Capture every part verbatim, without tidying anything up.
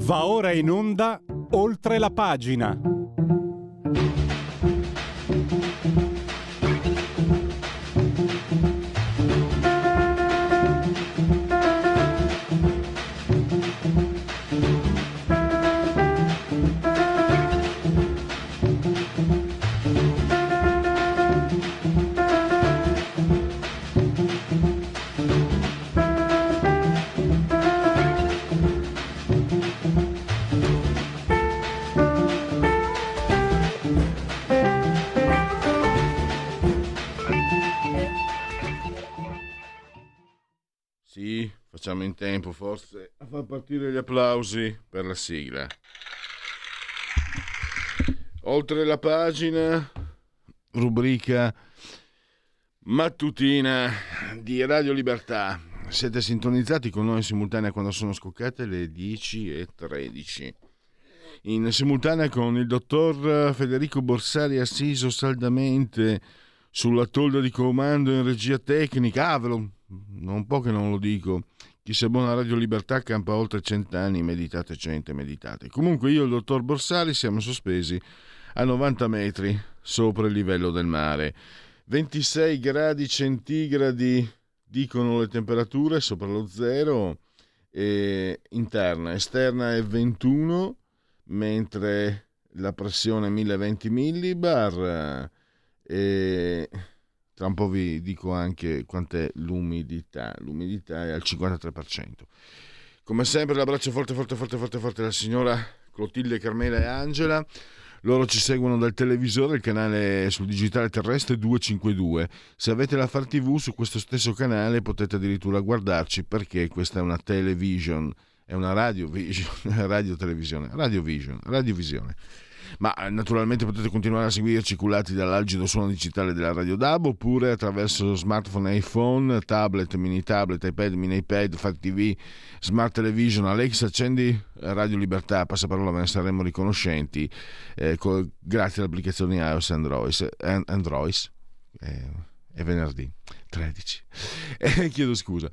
Va ora in onda Oltre la pagina. Sì, facciamo in tempo forse a far partire gli applausi per la sigla. Oltre la pagina, rubrica mattutina di Radio Libertà. Siete sintonizzati con noi in simultanea quando sono scoccate le dieci e tredici. In simultanea con il dottor Federico Borsari, assiso saldamente sulla tolda di comando in regia tecnica. Ah, ve lo, un po' che non lo dico. Chi si abbona a Radio Libertà campa oltre cent'anni, meditate gente, meditate. Comunque io e il dottor Borsari siamo sospesi a novanta metri sopra il livello del mare. ventisei gradi centigradi dicono le temperature sopra lo zero, e interna, esterna è ventuno, mentre la pressione è mille venti millibar. E tra un po' vi dico anche quant'è l'umidità. L'umidità è al cinquantatré per cento. Come sempre l'abbraccio forte forte forte forte forte alla signora Clotilde, Carmela e Angela. Loro ci seguono dal televisore, il canale sul digitale terrestre duecentocinquantadue. Se avete la Far tivù, su questo stesso canale potete addirittura guardarci, perché questa è una television, è una radio vision, radio televisione, radio vision, radiovisione. Ma naturalmente potete continuare a seguirci cullati dall'algido suono digitale della Radio D A B, oppure attraverso smartphone, iPhone, tablet, mini tablet, iPad, mini iPad, Fat tivù, Smart Television. Alexa, accendi Radio Libertà, passaparola, ve ne saremo riconoscenti, eh, co- grazie alle applicazioni iOS e Android. Android eh, è venerdì tredici, eh, chiedo scusa.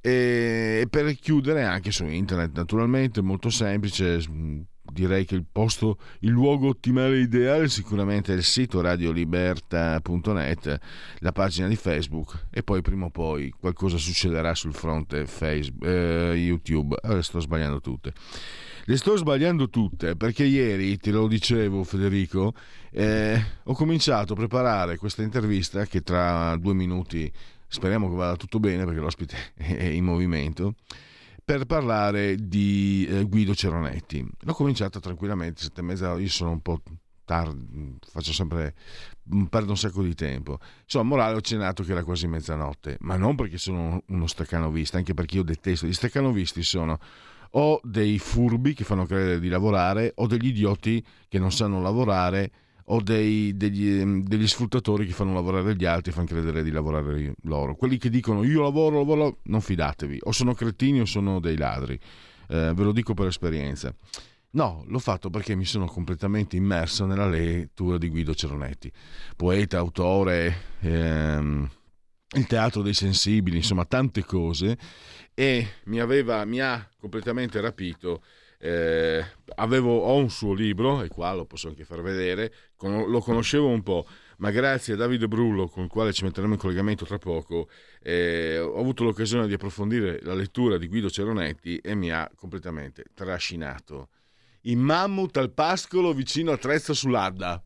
E per chiudere anche su internet, naturalmente, molto semplice. Direi che il posto, il luogo ottimale ideale sicuramente è il sito radiolibertà punto net, la pagina di Facebook, e poi prima o poi qualcosa succederà sul fronte Facebook, eh, YouTube. Allora, sto sbagliando tutte. Le sto sbagliando tutte perché ieri, te lo dicevo Federico, eh, ho cominciato a preparare questa intervista che tra due minuti speriamo che vada tutto bene, perché l'ospite è in movimento, per parlare di eh, Guido Ceronetti. L'ho cominciata tranquillamente, sette e mezza, io sono un po' tardi, faccio sempre, perdo un sacco di tempo. Insomma, morale, ho cenato che era quasi mezzanotte, ma non perché sono uno staccanovista, anche perché io detesto. Gli staccanovisti sono o dei furbi che fanno credere di lavorare, o degli idioti che non sanno lavorare, o dei, degli, degli sfruttatori che fanno lavorare gli altri e fanno credere di lavorare loro. Quelli che dicono io lavoro, lavoro, non fidatevi, o sono cretini o sono dei ladri, eh, ve lo dico per esperienza. No, l'ho fatto perché mi sono completamente immerso nella lettura di Guido Ceronetti, poeta, autore, ehm, il teatro dei sensibili, insomma tante cose, e mi aveva, mi ha completamente rapito. Eh, avevo, ho un suo libro, e qua lo posso anche far vedere, con, lo conoscevo un po', ma grazie a Davide Brullo, con il quale ci metteremo in collegamento tra poco, eh, ho avuto l'occasione di approfondire la lettura di Guido Ceronetti e mi ha completamente trascinato. I mammut al pascolo vicino a Trezzo sull'Adda,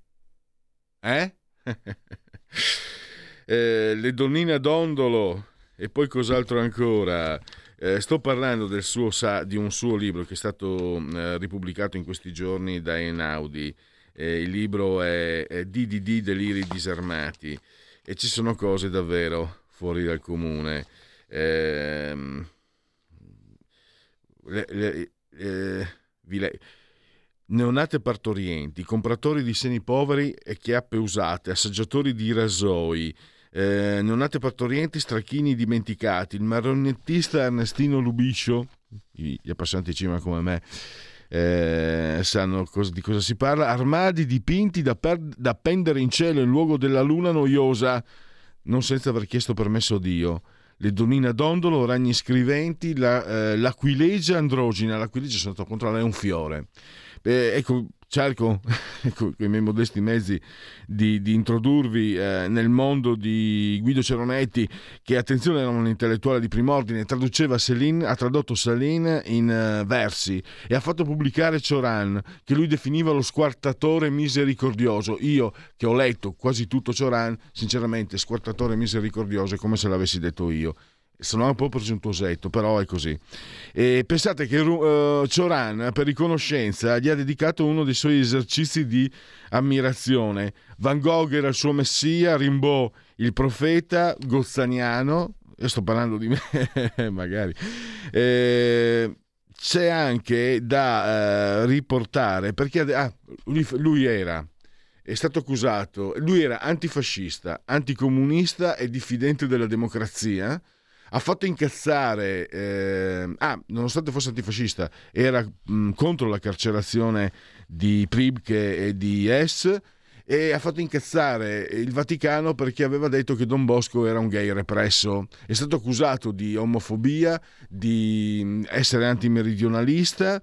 eh? eh le donnine a dondolo, e poi cos'altro ancora. Eh, sto parlando del suo, di un suo libro che è stato eh, ripubblicato in questi giorni da Einaudi. Eh, il libro è, è D D D, Deliri disarmati, e ci sono cose davvero fuori dal comune. Eh, le, le, eh, vi le, neonate partorienti, compratori di seni poveri e chiappe usate, assaggiatori di rasoi, Eh, neonate partorienti, stracchini dimenticati, il marionettista Ernestino Lubiscio, gli appassionati di cinema come me eh, sanno cosa, di cosa si parla, armadi dipinti da, per, da appendere in cielo in luogo della luna noiosa, non senza aver chiesto permesso a Dio, le Donnina Dondolo, Ragni Scriventi, la, eh, l'Aquilegia Androgina. L'Aquilegia, sono andato a controllare, è un fiore. Eh, ecco, cerco ecco, con i miei modesti mezzi di, di introdurvi eh, nel mondo di Guido Ceronetti, che, attenzione, era un intellettuale di prim'ordine, traduceva Céline, ha tradotto Céline in uh, versi e ha fatto pubblicare Cioran, che lui definiva lo squartatore misericordioso. Io, che ho letto quasi tutto Cioran, sinceramente squartatore misericordioso è come se l'avessi detto io. Sono un po' presuntuosetto, però è così. E pensate che uh, Cioran, per riconoscenza, gli ha dedicato uno dei suoi esercizi di ammirazione. Van Gogh era il suo messia, Rimbaud il profeta, Gozzaniano, io sto parlando di me, magari. E c'è anche da uh, riportare, perché ah, lui, lui era... è stato accusato, lui era antifascista, anticomunista e diffidente della democrazia. Ha fatto incazzare, eh, ah, nonostante fosse antifascista, era mh, contro la carcerazione di Pribke e di Hess, e ha fatto incazzare il Vaticano perché aveva detto che Don Bosco era un gay represso. È stato accusato di omofobia, di essere antimeridionalista,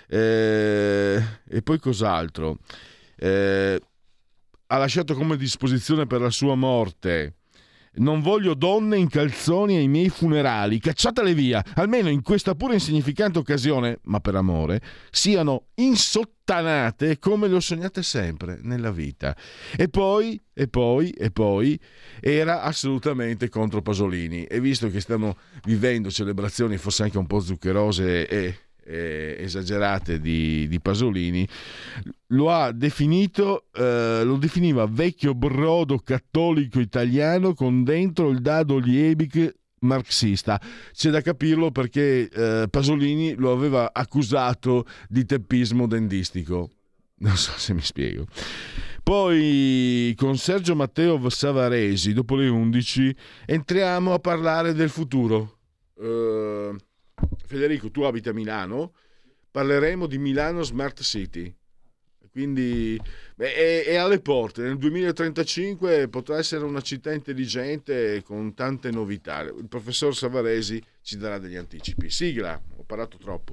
eh, e poi cos'altro? Eh, ha lasciato come disposizione per la sua morte: non voglio donne in calzoni ai miei funerali, cacciatele via, almeno in questa pure insignificante occasione, ma per amore, siano insottanate come le ho sognate sempre nella vita. E poi, e poi, e poi, era assolutamente contro Pasolini, e visto che stiamo vivendo celebrazioni forse anche un po' zuccherose e esagerate di, di Pasolini, lo ha definito, eh, lo definiva vecchio brodo cattolico italiano con dentro il dado Liebig marxista. C'è da capirlo perché eh, Pasolini lo aveva accusato di teppismo dendistico. Non so se mi spiego. Poi con Sergio Matteo Savaresi, dopo le undici, entriamo a parlare del futuro. Uh, Federico, tu abiti a Milano, parleremo di Milano Smart City, quindi beh, è, è alle porte. Nel duemilatrentacinque potrà essere una città intelligente con tante novità. Il professor Savaresi ci darà degli anticipi. Sigla, ho parlato troppo.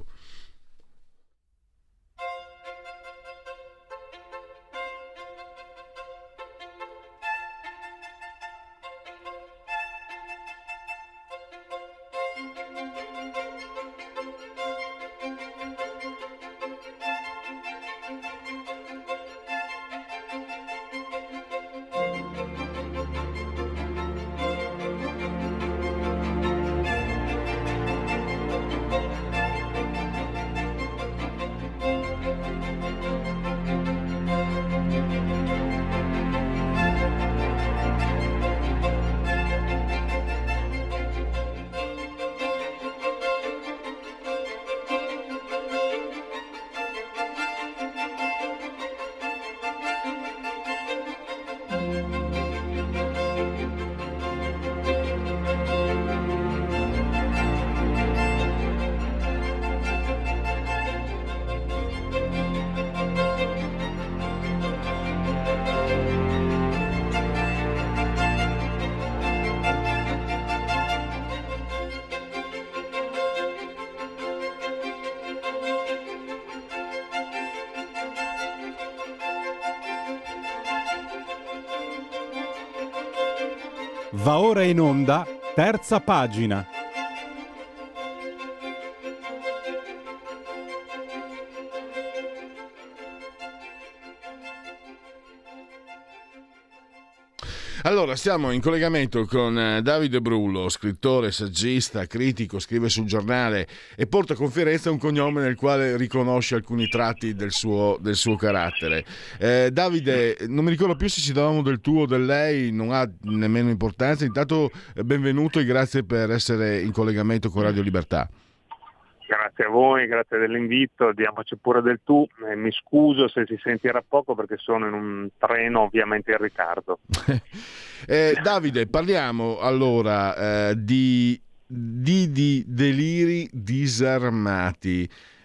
Va ora in onda, terza pagina. Allora, siamo in collegamento con Davide Brullo, scrittore, saggista, critico, scrive sul giornale e porta a conferenza un cognome nel quale riconosce alcuni tratti del suo, del suo carattere. Eh, Davide, non mi ricordo più se ci davamo del tu o del lei, non ha nemmeno importanza. Intanto benvenuto e grazie per essere in collegamento con Radio Libertà. Grazie a voi, grazie dell'invito, diamoci pure del tu, eh, mi scuso se si sentirà poco perché sono in un treno ovviamente in ritardo. eh, Davide, parliamo allora eh, di, di, di deliri disarmati.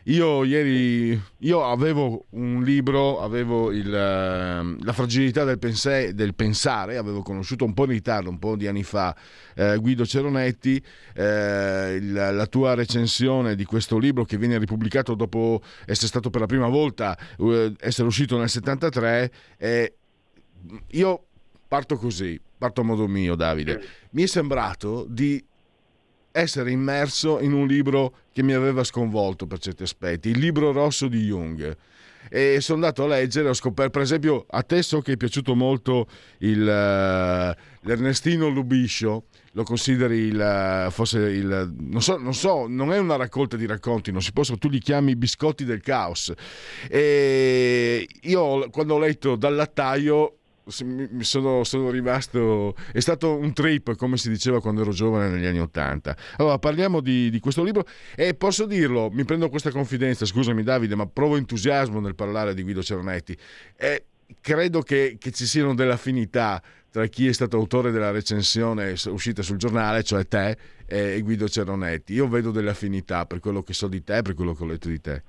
io ieri io avevo un libro, avevo il, La fragilità del, pense, del pensare, avevo conosciuto un po' in ritardo, un po' di anni fa, eh, Guido Ceronetti, eh, il, la tua recensione di questo libro che viene ripubblicato dopo essere stato per la prima volta, eh, essere uscito nel settantatré, eh, io parto così, parto a modo mio, Davide. Mi è sembrato di essere immerso in un libro che mi aveva sconvolto per certi aspetti, il libro rosso di Jung, e sono andato a leggere, ho scoperto, per esempio, a te so che è piaciuto molto il, uh, l'Ernestino Lubiscio, lo consideri il, forse il, non so, non so, non è una raccolta di racconti, non si possono, tu li chiami i biscotti del caos, e io quando ho letto Dal lattaio mi sono, sono rimasto, è stato un trip, come si diceva quando ero giovane negli anni ottanta. Allora parliamo di, di questo libro, e posso dirlo, mi prendo questa confidenza, scusami Davide, ma provo entusiasmo nel parlare di Guido Ceronetti, e credo che, che ci siano delle affinità tra chi è stato autore della recensione uscita sul giornale, cioè te, e Guido Ceronetti. Io vedo delle affinità per quello che so di te, per quello che ho letto di te.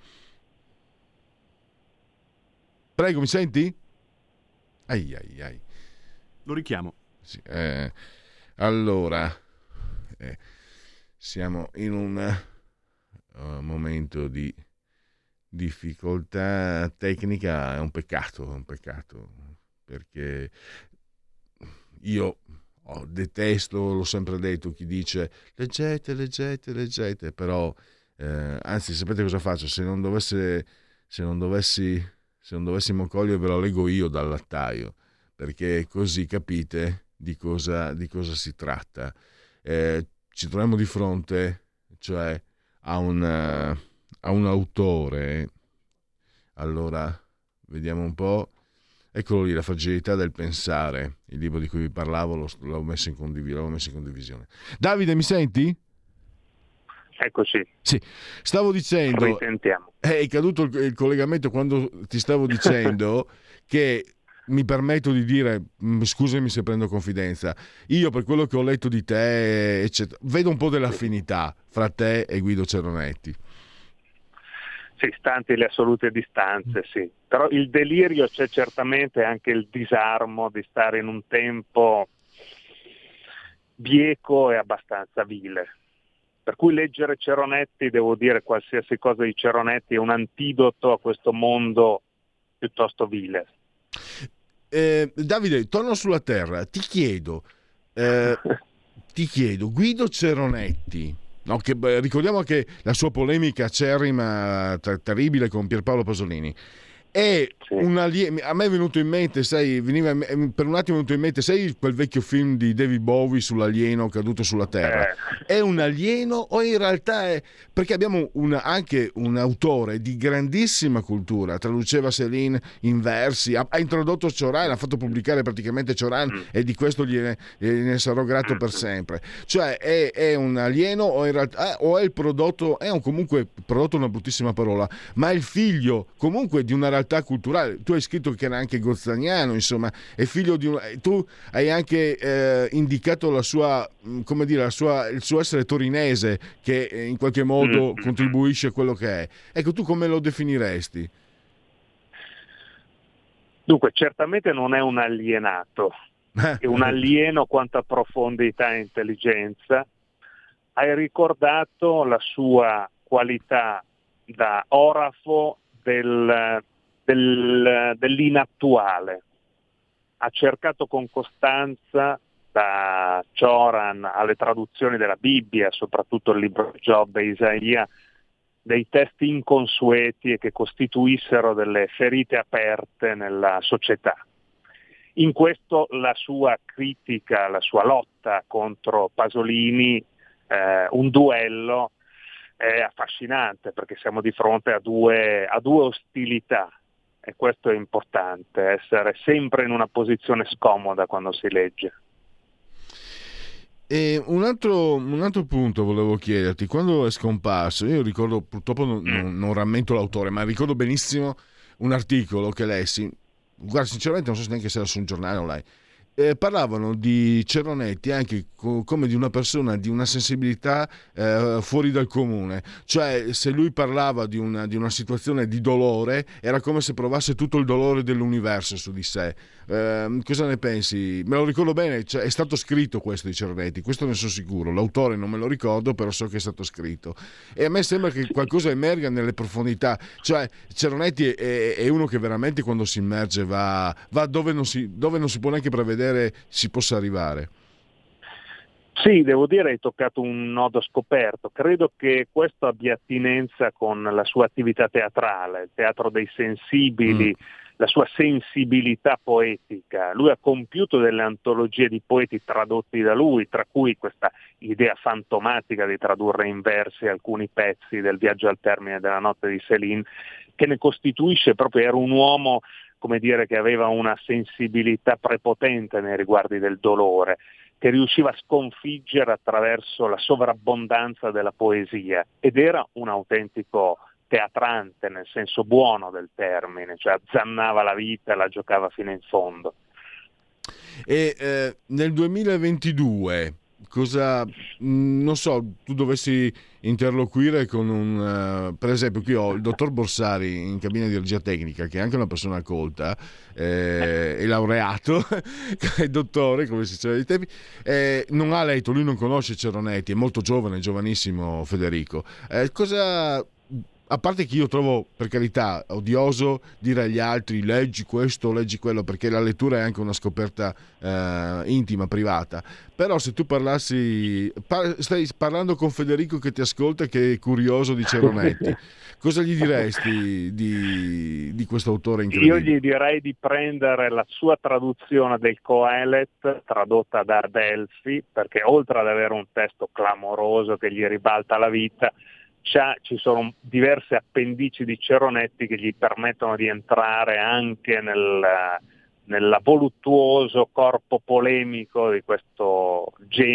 Prego, mi senti? Ai ai ai. Lo richiamo. Sì, eh, allora, eh, siamo in un uh, momento di difficoltà tecnica, è un peccato, è un peccato, perché io oh, detesto, l'ho sempre detto, chi dice leggete, leggete, leggete, però, eh, anzi, sapete cosa faccio? Se non dovesse, se non dovessi Se non dovessimo cogliere, ve lo leggo io Dal lattaio, perché così capite di cosa, di cosa si tratta. Eh, ci troviamo di fronte, cioè, a un, a un autore. Allora, vediamo un po'. Eccolo lì, La fragilità del pensare, il libro di cui vi parlavo, lo, l'ho messo in condiv- l'ho messo in condivisione. Davide, mi senti? Eccoci. Sì, stavo dicendo, Risentiamo. è caduto il, il collegamento quando ti stavo dicendo che mi permetto di dire, scusami se prendo confidenza, io per quello che ho letto di te, eccetera, vedo un po' dell'affinità fra te e Guido Ceronetti. Sì, stanti le assolute distanze, sì. Però il delirio c'è certamente, anche il disarmo di stare in un tempo bieco e abbastanza vile. Per cui leggere Ceronetti, devo dire, qualsiasi cosa di Ceronetti è un antidoto a questo mondo piuttosto vile. Eh, Davide, torno sulla terra, ti chiedo, eh, ti chiedo, Guido Ceronetti, no, che, beh, ricordiamo che la sua polemica acerrima, ter- terribile con Pierpaolo Pasolini, è Sì. un alieno. A me è venuto in mente, sai, veniva, per un attimo è venuto in mente, sai quel vecchio film di David Bowie sull'alieno caduto sulla terra? Eh. È un alieno o in realtà è... Perché abbiamo una, anche un autore di grandissima cultura, traduceva Céline in versi, ha, ha introdotto Cioran, ha fatto pubblicare praticamente Cioran, mm. e di questo gliene, gliene sarò grato per sempre. Cioè è, è un alieno o in realtà o è il prodotto, è un comunque prodotto, una bruttissima parola, ma è il figlio comunque di una realtà culturale. Tu hai scritto che era anche gozzaniano, insomma, è figlio di un... Tu hai anche eh, indicato la sua, come dire, la sua, il suo essere torinese, che in qualche modo mm. contribuisce a quello che è. Ecco, tu come lo definiresti? Dunque, certamente non è un alienato, è un alieno quanto a profondità e intelligenza. Hai ricordato la sua qualità da orafo del Del, dell'inattuale. Ha cercato con costanza, da Cioran alle traduzioni della Bibbia, soprattutto il libro di Giobbe e Isaia, dei testi inconsueti e che costituissero delle ferite aperte nella società. In questo la sua critica, la sua lotta contro Pasolini, eh, un duello, è affascinante, perché siamo di fronte a due, a due ostilità. E questo è importante, essere sempre in una posizione scomoda quando si legge. E un altro, un altro punto volevo chiederti, quando è scomparso, io ricordo, purtroppo non, non, non rammento l'autore, ma ricordo benissimo un articolo che lessi, guarda, sinceramente non so neanche se era su un giornale online, eh, parlavano di Ceronetti anche co- come di una persona di una sensibilità eh, fuori dal comune, cioè se lui parlava di una, di una situazione di dolore era come se provasse tutto il dolore dell'universo su di sé. Eh, cosa ne pensi? Me lo ricordo bene, cioè, è stato scritto questo di Ceronetti, questo ne sono sicuro, l'autore non me lo ricordo, però so che è stato scritto e a me sembra che qualcosa emerga nelle profondità, cioè Ceronetti è, è uno che veramente quando si immerge va, va dove, non si, dove non si può neanche prevedere si possa arrivare. Sì, devo dire hai toccato un nodo scoperto. Credo che questo abbia attinenza con la sua attività teatrale, il teatro dei sensibili, mm. la sua sensibilità poetica. Lui ha compiuto delle antologie di poeti tradotti da lui, tra cui questa idea fantomatica di tradurre in versi alcuni pezzi del Viaggio al termine della notte di Céline, che ne costituisce proprio, era un uomo, come dire, che aveva una sensibilità prepotente nei riguardi del dolore, che riusciva a sconfiggere attraverso la sovrabbondanza della poesia, ed era un autentico teatrante nel senso buono del termine, cioè azzannava la vita e la giocava fino in fondo. E eh, nel duemilaventidue cosa, non so, tu dovessi interloquire con un uh, per esempio qui ho il dottor Borsari in cabina di regia tecnica, che è anche una persona colta, eh, è laureato è dottore come si diceva ai tempi, eh, non ha letto, lui non conosce Ceronetti, è molto giovane, giovanissimo Federico, eh, cosa, a parte che io trovo, per carità, odioso dire agli altri leggi questo, leggi quello, perché la lettura è anche una scoperta eh, intima, privata, però se tu parlassi, par- stai parlando con Federico che ti ascolta, che è curioso di Ceronetti, cosa gli diresti di, di questo autore incredibile? Io gli direi di prendere la sua traduzione del Coelet, tradotta da Adelphi, perché oltre ad avere un testo clamoroso che gli ribalta la vita, ci sono diverse appendici di Ceronetti che gli permettono di entrare anche nel, nel voluttuoso corpo polemico di questo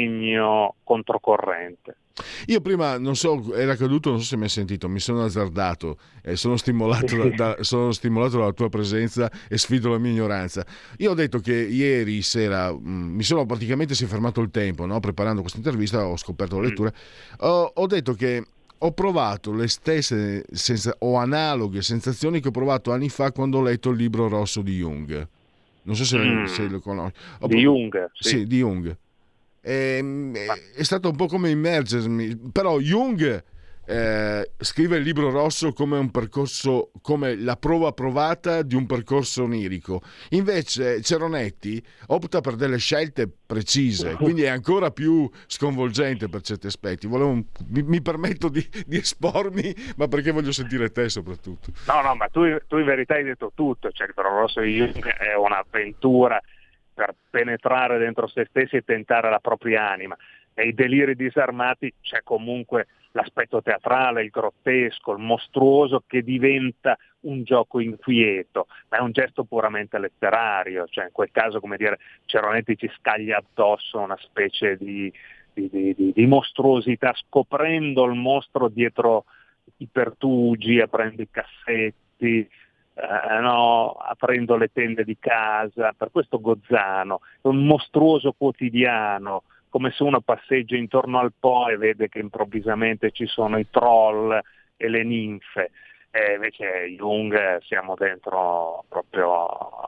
genio controcorrente. Io prima, non so, era caduto, non so se mi hai sentito, mi sono azzardato e sono stimolato, da, da, sono stimolato dalla tua presenza e sfido la mia ignoranza. Io ho detto che ieri sera mh, mi sono praticamente, si è fermato il tempo, no? Preparando questa intervista, ho scoperto la lettura, ho, ho detto che ho provato le stesse senza, o analoghe sensazioni che ho provato anni fa quando ho letto il libro rosso di Jung. Non so se, mm. se lo conosci. Ho di prov- Jung? Sì, sì, di Jung. E, è stato un po' come immergermi, però Jung eh, scrive il libro rosso come un percorso, come la prova provata di un percorso onirico. Invece Ceronetti opta per delle scelte precise, quindi è ancora più sconvolgente per certi aspetti. Volevo, mi, mi permetto di, di espormi, ma perché voglio sentire te soprattutto. No, no, ma tu, tu in verità hai detto tutto, cioè il libro rosso di Jung è un'avventura per penetrare dentro se stessi e tentare la propria anima. Nei deliri disarmati c'è comunque l'aspetto teatrale, il grottesco, il mostruoso, che diventa un gioco inquieto, ma è un gesto puramente letterario, cioè in quel caso, come dire, Ceronetti ci scaglia addosso una specie di, di, di, di, di mostruosità, scoprendo il mostro dietro i pertugi, aprendo i cassetti, Eh, no, aprendo le tende di casa. Per questo Gozzano è un mostruoso quotidiano, come se uno passeggia intorno al Po e vede che improvvisamente ci sono i troll e le ninfe, e invece Jung siamo dentro proprio,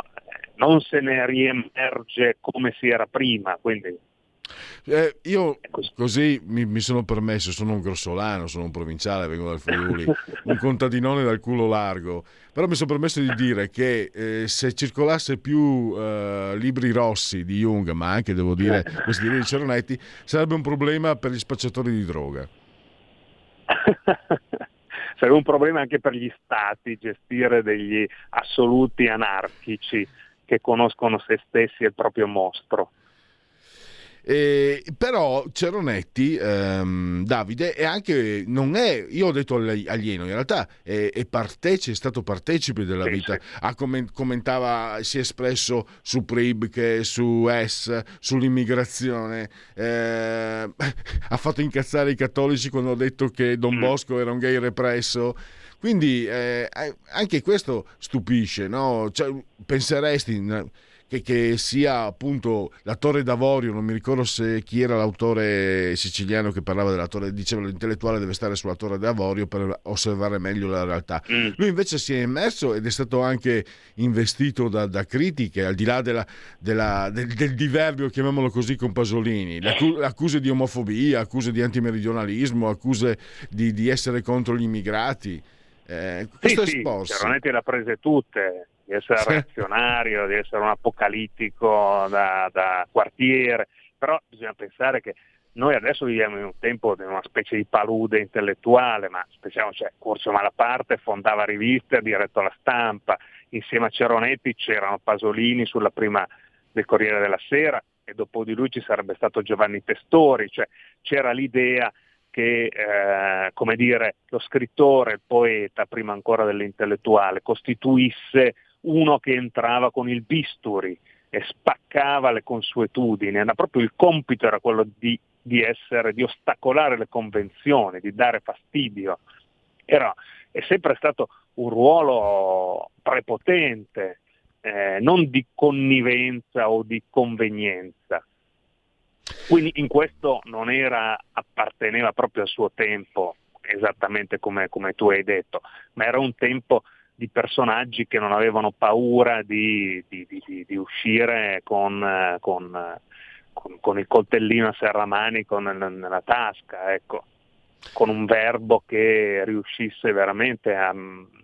non se ne riemerge come si era prima, quindi Eh, io così mi, mi sono permesso, sono un grossolano, sono un provinciale, vengo dal Friuli, un contadinone dal culo largo, però mi sono permesso di dire che eh, se circolasse più eh, libri rossi di Jung, ma anche devo dire questi libri di Ceronetti, sarebbe un problema per gli spacciatori di droga. Sarebbe un problema anche per gli stati gestire degli assoluti anarchici che conoscono se stessi e il proprio mostro. Eh, però Ceronetti, ehm, Davide, è anche, non è, io ho detto alieno, in realtà è, è, partecipe, è stato partecipe della sì, vita, sì. ha comment, commentava, si è espresso su P R I B, che su S, sull'immigrazione, eh, ha fatto incazzare i cattolici quando ha detto che Don Bosco era un gay represso. Quindi eh, anche questo stupisce, no? Cioè, penseresti che, che sia appunto la Torre d'Avorio. Non mi ricordo se chi era l'autore siciliano che parlava della torre, diceva l'intellettuale deve stare sulla Torre d'Avorio per osservare meglio la realtà. Mm. Lui invece si è immerso ed è stato anche investito da, da critiche, al di là della, della, del, del diverbio, chiamiamolo così, con Pasolini, accuse di omofobia, accuse di antimeridionalismo, accuse di, di essere contro gli immigrati. Eh, questo sì, è sporso. Sì, Ceronetti le ha prese tutte, di essere sì. reazionario, di essere un apocalittico da, da quartiere, però bisogna pensare che noi adesso viviamo in un tempo di una specie di palude intellettuale, ma speciamo, cioè, Curzio Malaparte fondava riviste, ha diretto La Stampa, insieme a Ceronetti c'erano Pasolini sulla prima del Corriere della Sera e dopo di lui ci sarebbe stato Giovanni Testori, cioè c'era l'idea che eh, come dire, lo scrittore, il poeta, prima ancora dell'intellettuale, costituisse uno che entrava con il bisturi e spaccava le consuetudini. Era proprio il compito era quello di, di essere, di ostacolare le convenzioni, di dare fastidio. Era, è sempre stato un ruolo prepotente, eh, non di connivenza o di convenienza. Quindi in questo non era, apparteneva proprio al suo tempo, esattamente come, come tu hai detto, ma era un tempo di personaggi che non avevano paura di, di, di, di uscire con, con, con, con il coltellino a serramanico nella, nella tasca, ecco, con un verbo che riuscisse veramente a,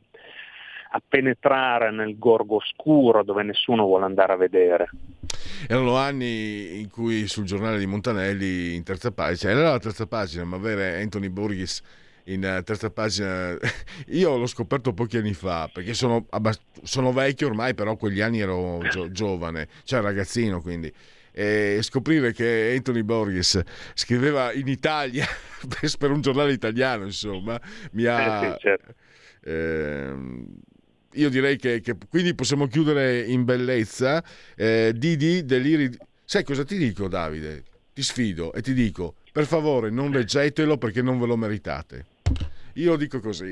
a penetrare nel gorgo oscuro dove nessuno vuole andare a vedere. Erano anni in cui sul giornale di Montanelli in terza pagina, era la terza pagina, ma avere Anthony Burgess in terza pagina, io l'ho scoperto pochi anni fa, perché sono, abbast- sono vecchio ormai, però quegli anni ero gio- giovane, cioè ragazzino, quindi, e scoprire che Anthony Burgess scriveva in Italia per un giornale italiano, insomma, mi ha... Eh sì, certo. eh, io direi che, che quindi possiamo chiudere in bellezza. eh, Didi deliri. Sai cosa ti dico, Davide? Ti sfido e ti dico, per favore non leggetelo perché non ve lo meritate. Io dico così.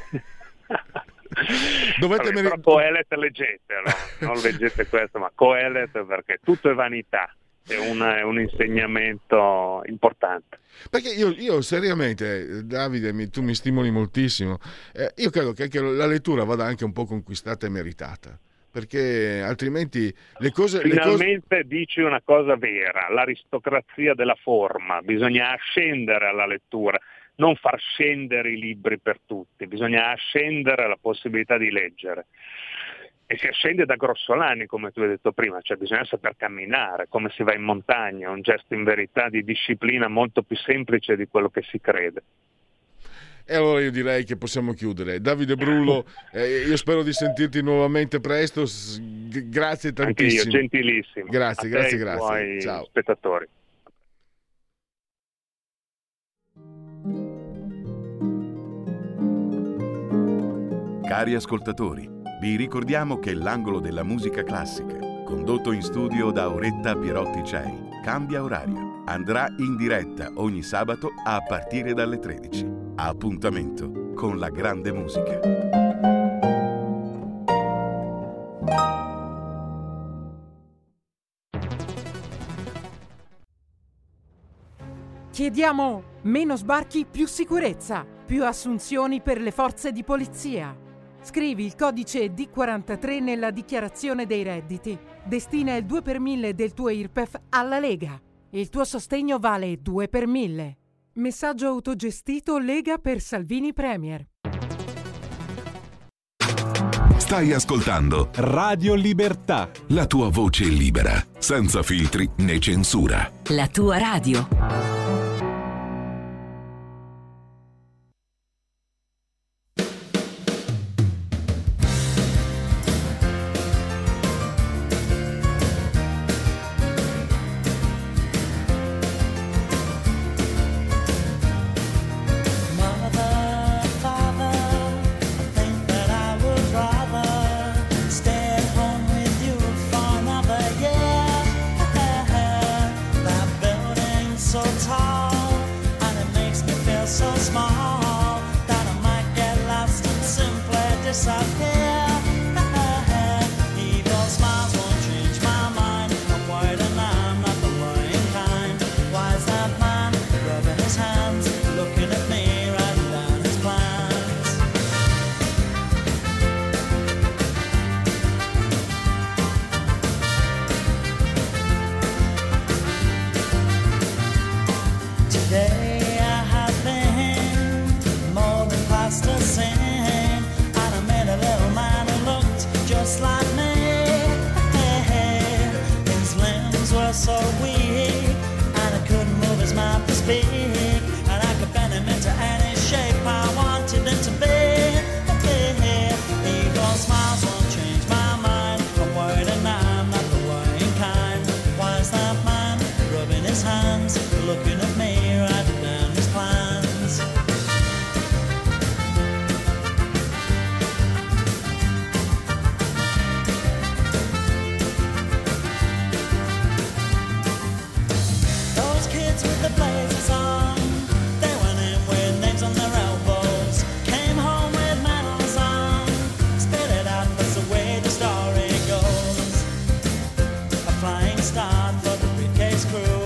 Dovete mer- però Coelet leggetelo, non leggete questo, ma Coelet, perché tutto è vanità, è un, è un insegnamento importante. Perché io, io seriamente, Davide, mi, tu mi stimoli moltissimo. Eh, io credo che anche la lettura vada anche un po' conquistata e meritata, perché altrimenti le cose... Finalmente le cose... dici una cosa vera, l'aristocrazia della forma, bisogna ascendere alla lettura, non far scendere i libri per tutti, bisogna ascendere la possibilità di leggere. E si ascende da grossolani, come tu hai detto prima, cioè bisogna saper camminare, come si va in montagna, un gesto in verità di disciplina molto più semplice di quello che si crede. E allora io direi che possiamo chiudere. Davide Brullo, eh, io spero di sentirti nuovamente presto, G- grazie tantissimo. Anche io, gentilissimo. Grazie, a grazie, te, grazie. Ciao. Spettatori. Cari ascoltatori, vi ricordiamo che l'angolo della musica classica, condotto in studio da Auretta Pierotti Cei, cambia orario. Andrà in diretta ogni sabato a partire dalle tredici. Appuntamento con la grande musica. Chiediamo meno sbarchi, più sicurezza, più assunzioni per le forze di polizia. Scrivi il codice D quarantatré nella dichiarazione dei redditi. Destina il due per mille del tuo I R P E F alla Lega. Il tuo sostegno vale due per mille. Messaggio autogestito Lega per Salvini Premier. Stai ascoltando Radio Libertà. La tua voce libera, senza filtri né censura. La tua radio. Evil smiles won't change my mind. speed, and I could bend him into any shape I wanted him to be. Evil smiles won't change my mind. I'm worried and I'm not the worrying kind. Why is that man rubbing his hands, looking at me, writing down his plans? Those kids with the blazers on, they went in with names on their elbows, came home with medals on, spit it out, that's the way the story goes. A flying start for the briefcase crew.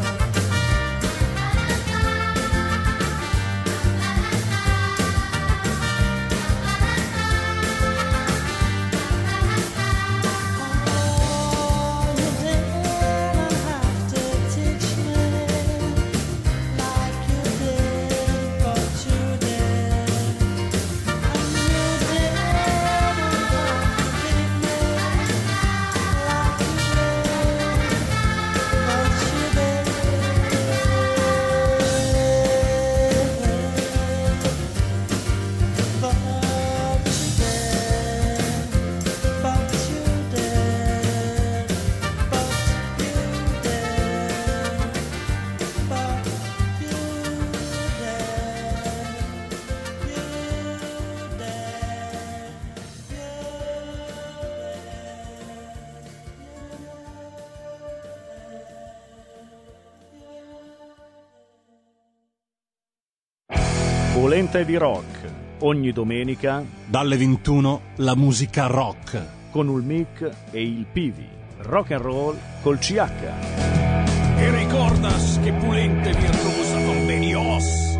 Polenta di rock, ogni domenica dalle ventuno la musica rock con il Mic e il Pivi, rock and roll col C H. E ricordas che Pulente virtuosa con Benios.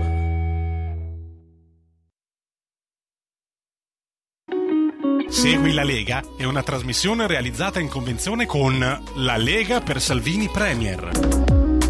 Segui la Lega è una trasmissione realizzata in convenzione con La Lega per Salvini Premier.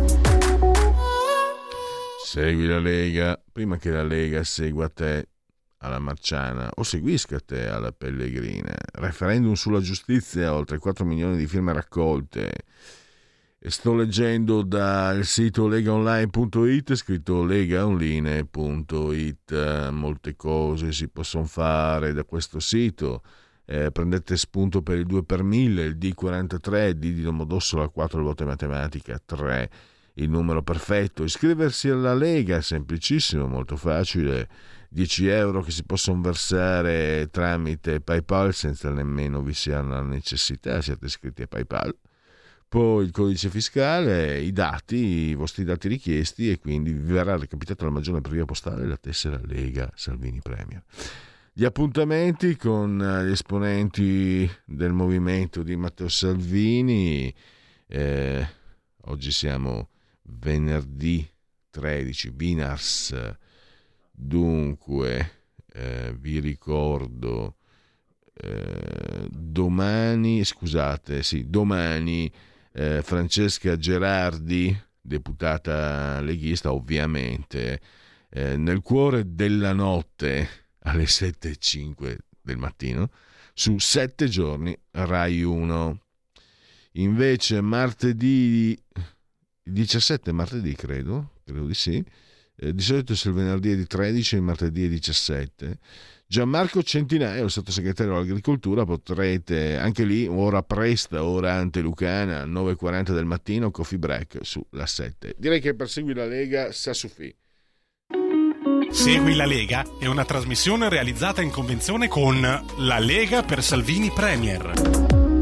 Segui la Lega prima che la Lega segua te alla Marciana o seguisca te alla Pellegrina. Referendum sulla giustizia, oltre quattro milioni di firme raccolte. E sto leggendo dal sito legaonline punto it, scritto legaonline punto it. Molte cose si possono fare da questo sito. Eh, prendete spunto per il due per mille, il D quarantatré, D di Domodossola, quattro il voto in matematica, tre il numero perfetto. Iscriversi alla Lega, semplicissimo, molto facile, dieci euro che si possono versare tramite PayPal senza nemmeno vi sia la necessità, siate iscritti a PayPal. Poi il codice fiscale, i dati, i vostri dati richiesti, e quindi vi verrà recapitata la maggiore per via postale la tessera Lega Salvini Premier. Gli appuntamenti con gli esponenti del movimento di Matteo Salvini, eh, oggi siamo venerdì tredici, Vinars, dunque eh, vi ricordo eh, domani, scusate, sì, domani eh, Francesca Gerardi, deputata leghista ovviamente, eh, nel cuore della notte alle sette e cinque del mattino su Sette Giorni Rai uno. Invece martedì diciassette, martedì credo, credo di sì, eh, di solito se il venerdì è di tredici, il martedì è diciassette. Gianmarco Centinaio, il sottosegretario all'agricoltura, potrete anche lì, ora presta, ora antelucana, nove e quaranta del mattino, coffee break sulla sette. Direi che per Segui la Lega sa suffì. Segui la Lega è una trasmissione realizzata in convenzione con La Lega per Salvini Premier.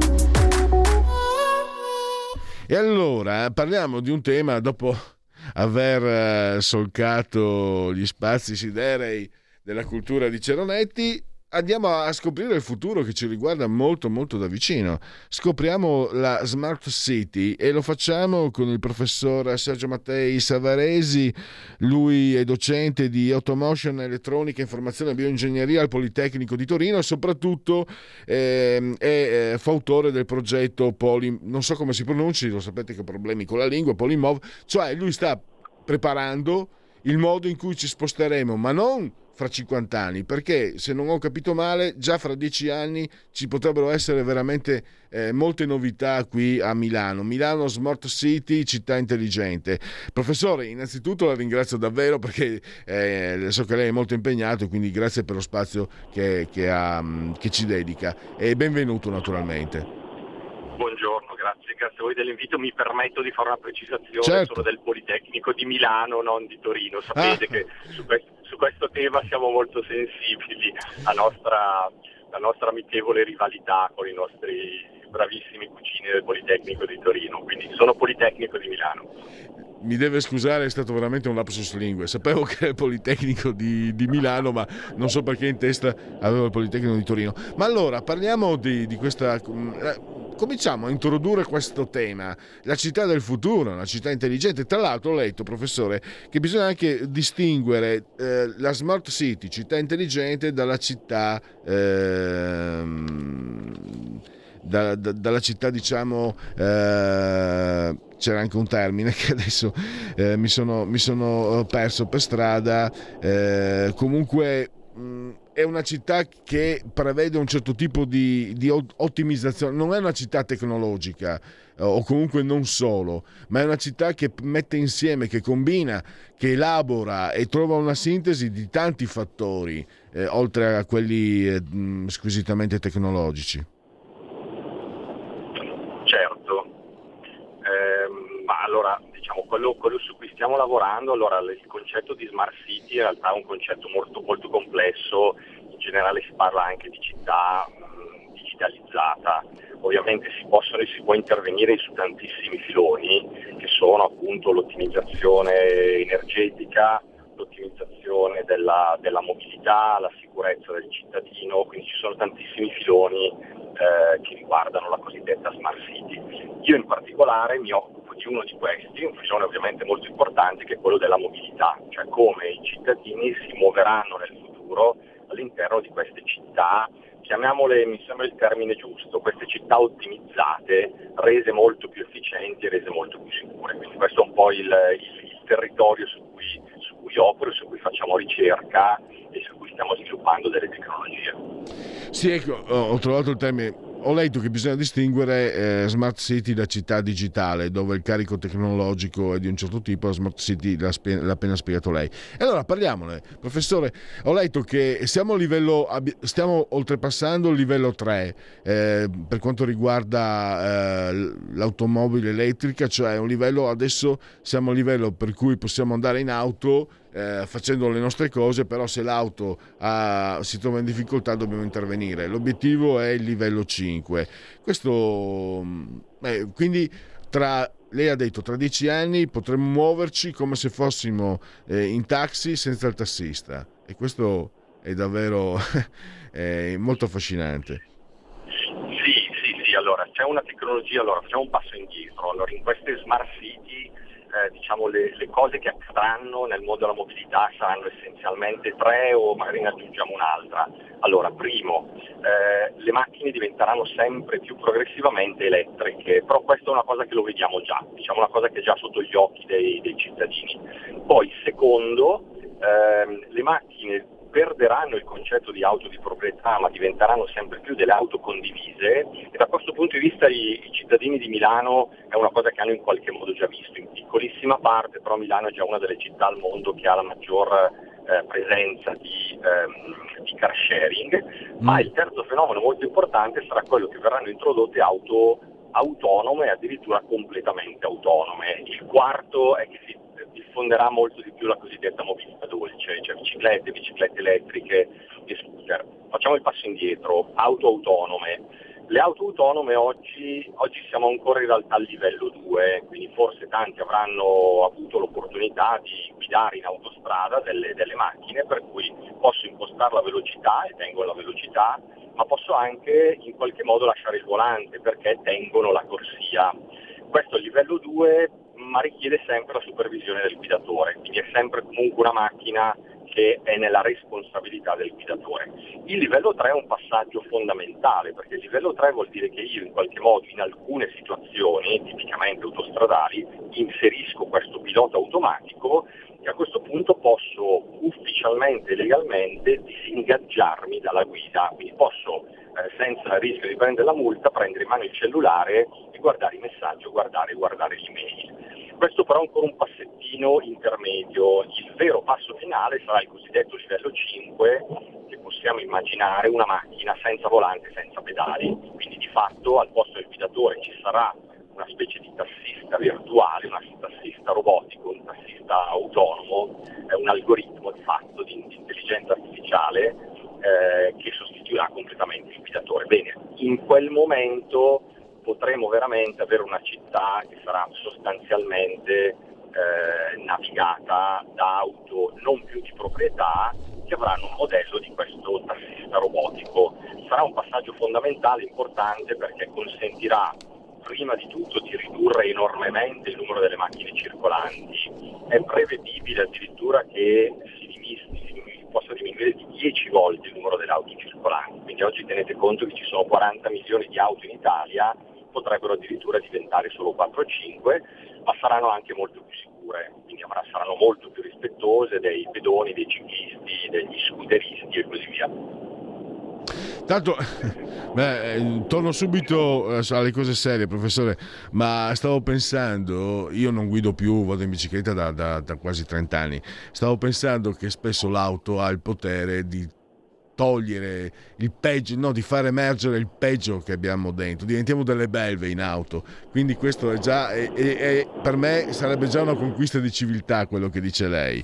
E allora parliamo di un tema, dopo aver solcato gli spazi siderei della cultura di Ceronetti, andiamo a scoprire il futuro che ci riguarda molto molto da vicino. Scopriamo la Smart City e lo facciamo con il professor Sergio Mattei Savaresi. Lui è docente di Automotion, Elettronica, Informazione e Bioingegneria al Politecnico di Torino e soprattutto eh, è eh, fautore del progetto Poly, non so come si pronunci, lo sapete che ho problemi con la lingua, Polymov, cioè lui sta preparando il modo in cui ci sposteremo, ma non fra cinquanta anni, perché se non ho capito male già fra dieci anni ci potrebbero essere veramente eh, molte novità qui a Milano. Milano Smart City, città intelligente. Professore, innanzitutto la ringrazio davvero perché eh, so che lei è molto impegnato e quindi grazie per lo spazio che, che, ha, che ci dedica e benvenuto naturalmente. Buongiorno, grazie, grazie a voi dell'invito. Mi permetto di fare una precisazione. Certo. Sono del Politecnico di Milano, non di Torino. Sapete Ah. che su questo, su questo tema siamo molto sensibili, la nostra, la nostra amichevole rivalità con i nostri bravissimi cugini del Politecnico di Torino, quindi sono Politecnico di Milano. Mi deve scusare, è stato veramente un lapsus lingue. Sapevo che era il Politecnico di, di Milano, ma non so perché in testa avevo il Politecnico di Torino. Ma allora, parliamo di, di questa... Cominciamo a introdurre questo tema, la città del futuro, una città intelligente. Tra l'altro ho letto, professore, che bisogna anche distinguere eh, la Smart City, città intelligente, dalla città... Ehm, Da, da, dalla città diciamo eh, c'era anche un termine che adesso eh, mi, sono, mi sono perso per strada, eh, comunque mh, è una città che prevede un certo tipo di, di ottimizzazione, non è una città tecnologica o comunque non solo, ma è una città che mette insieme, che combina, che elabora e trova una sintesi di tanti fattori eh, oltre a quelli eh, mh, squisitamente tecnologici. Certo, ehm, ma allora diciamo quello, quello su cui stiamo lavorando, allora il concetto di Smart City in realtà è un concetto molto, molto complesso, in generale si parla anche di città mh, digitalizzata, ovviamente si possono e si può intervenire su tantissimi filoni che sono appunto l'ottimizzazione energetica, l'ottimizzazione della, della mobilità, la sicurezza del cittadino, quindi ci sono tantissimi filoni eh, che riguardano la cosiddetta Smart City. Io in particolare mi occupo di uno di questi, un filone ovviamente molto importante che è quello della mobilità, cioè come i cittadini si muoveranno nel futuro all'interno di queste città, chiamiamole, mi sembra il termine giusto, queste città ottimizzate, rese molto più efficienti e rese molto più sicure. Quindi questo è un po' il, il, il territorio su cui, su cui opero, su cui facciamo ricerca e su cui stiamo sviluppando delle tecnologie. Sì, ecco, ho trovato il termine. Ho letto che bisogna distinguere eh, Smart City da città digitale, dove il carico tecnologico è di un certo tipo, la Smart City l'ha, spe- l'ha appena spiegato lei. E allora parliamone, professore. Ho letto che siamo, a livello, stiamo oltrepassando il livello tre eh, per quanto riguarda eh, l'automobile elettrica, cioè un livello, adesso siamo a livello per cui possiamo andare in auto Eh, facendo le nostre cose, però se l'auto ha, si trova in difficoltà dobbiamo intervenire. L'obiettivo è il livello cinque. Questo eh, quindi tra lei ha detto tra dieci anni potremmo muoverci come se fossimo eh, in taxi senza il tassista, e questo è davvero è molto affascinante. Sì, sì, sì, allora c'è una tecnologia, allora facciamo un passo indietro. Allora in queste Smart City Eh, diciamo le, le cose che accadranno nel mondo della mobilità saranno essenzialmente tre, o magari ne aggiungiamo un'altra. Allora, primo, eh, le macchine diventeranno sempre più progressivamente elettriche, però questa è una cosa che lo vediamo già, diciamo una cosa che è già sotto gli occhi dei, dei cittadini. Poi, secondo, ehm, le macchine perderanno il concetto di auto di proprietà, ma diventeranno sempre più delle auto condivise, e da questo punto di vista i, i cittadini di Milano è una cosa che hanno in qualche modo già visto, in piccolissima parte, però Milano è già una delle città al mondo che ha la maggior eh, presenza di, ehm, di car sharing, ma il terzo fenomeno molto importante sarà quello che verranno introdotte auto autonome, addirittura completamente autonome. Il quarto è che si diffonderà molto di più la cosiddetta mobilità dolce, cioè biciclette, biciclette elettriche e scooter. Facciamo il passo indietro, auto autonome. Le auto autonome oggi, oggi siamo ancora in realtà al livello due, quindi forse tanti avranno avuto l'opportunità di guidare in autostrada delle, delle macchine per cui posso impostare la velocità e tengo la velocità, ma posso anche in qualche modo lasciare il volante perché tengono la corsia. Questo è il livello due, ma richiede sempre la supervisione del guidatore, quindi è sempre comunque una macchina che è nella responsabilità del guidatore. Il livello tre è un passaggio fondamentale, perché il livello tre vuol dire che io in qualche modo in alcune situazioni, tipicamente autostradali, inserisco questo pilota automatico e a questo punto posso ufficialmente e legalmente disingaggiarmi dalla guida, quindi posso eh, senza rischio di prendere la multa prendere in mano il cellulare e guardare i messaggi o guardare, guardare l'email. Questo però è ancora un passettino intermedio, il vero passo finale sarà il cosiddetto livello cinque, che possiamo immaginare una macchina senza volante, senza pedali, quindi di fatto al posto del guidatore ci sarà una specie di tassista virtuale, un tassista robotico, un tassista autonomo, eh, un algoritmo di fatto di, di intelligenza artificiale eh, che sostituirà completamente il guidatore. Bene, in quel momento potremo veramente avere una città che sarà sostanzialmente eh, navigata da auto non più di proprietà, che avranno un modello di questo tassista robotico. Sarà un passaggio fondamentale, importante, perché consentirà prima di tutto di ridurre enormemente il numero delle macchine circolanti. È prevedibile addirittura che si, diminuisca, si possa diminuire di dieci volte il numero delle auto circolanti, quindi oggi tenete conto che ci sono quaranta milioni di auto in Italia, potrebbero addirittura diventare solo quattro o cinque, ma saranno anche molto più sicure, quindi saranno molto più rispettose dei pedoni, dei ciclisti, degli scooteristi e così via. Tanto, beh, torno subito alle cose serie, professore, ma stavo pensando, io non guido più, vado in bicicletta da, da, da quasi trenta anni, stavo pensando che spesso l'auto ha il potere di togliere il peggio, no, di far emergere il peggio che abbiamo dentro, diventiamo delle belve in auto, quindi questo è già, è, è, è, per me sarebbe già una conquista di civiltà quello che dice lei.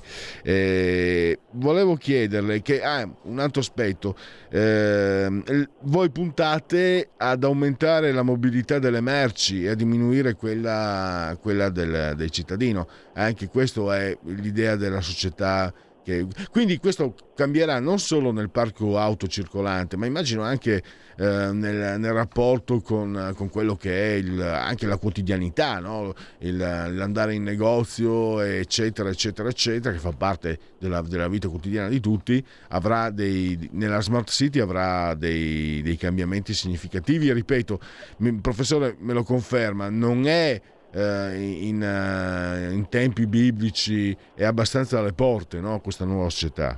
E volevo chiederle che, ah, un altro aspetto, eh, voi puntate ad aumentare la mobilità delle merci e a diminuire quella, quella del, del cittadino, anche questo è l'idea della società. Che, quindi questo cambierà non solo nel parco auto circolante, ma immagino anche eh, nel, nel rapporto con, con quello che è il, anche la quotidianità, no? il, l'andare in negozio, eccetera, eccetera, eccetera, che fa parte della, della vita quotidiana di tutti. Avrà dei, nella Smart City avrà dei, dei cambiamenti significativi e ripeto, il professore me lo conferma, non è In, in tempi biblici, è abbastanza alle porte, no? Questa nuova società.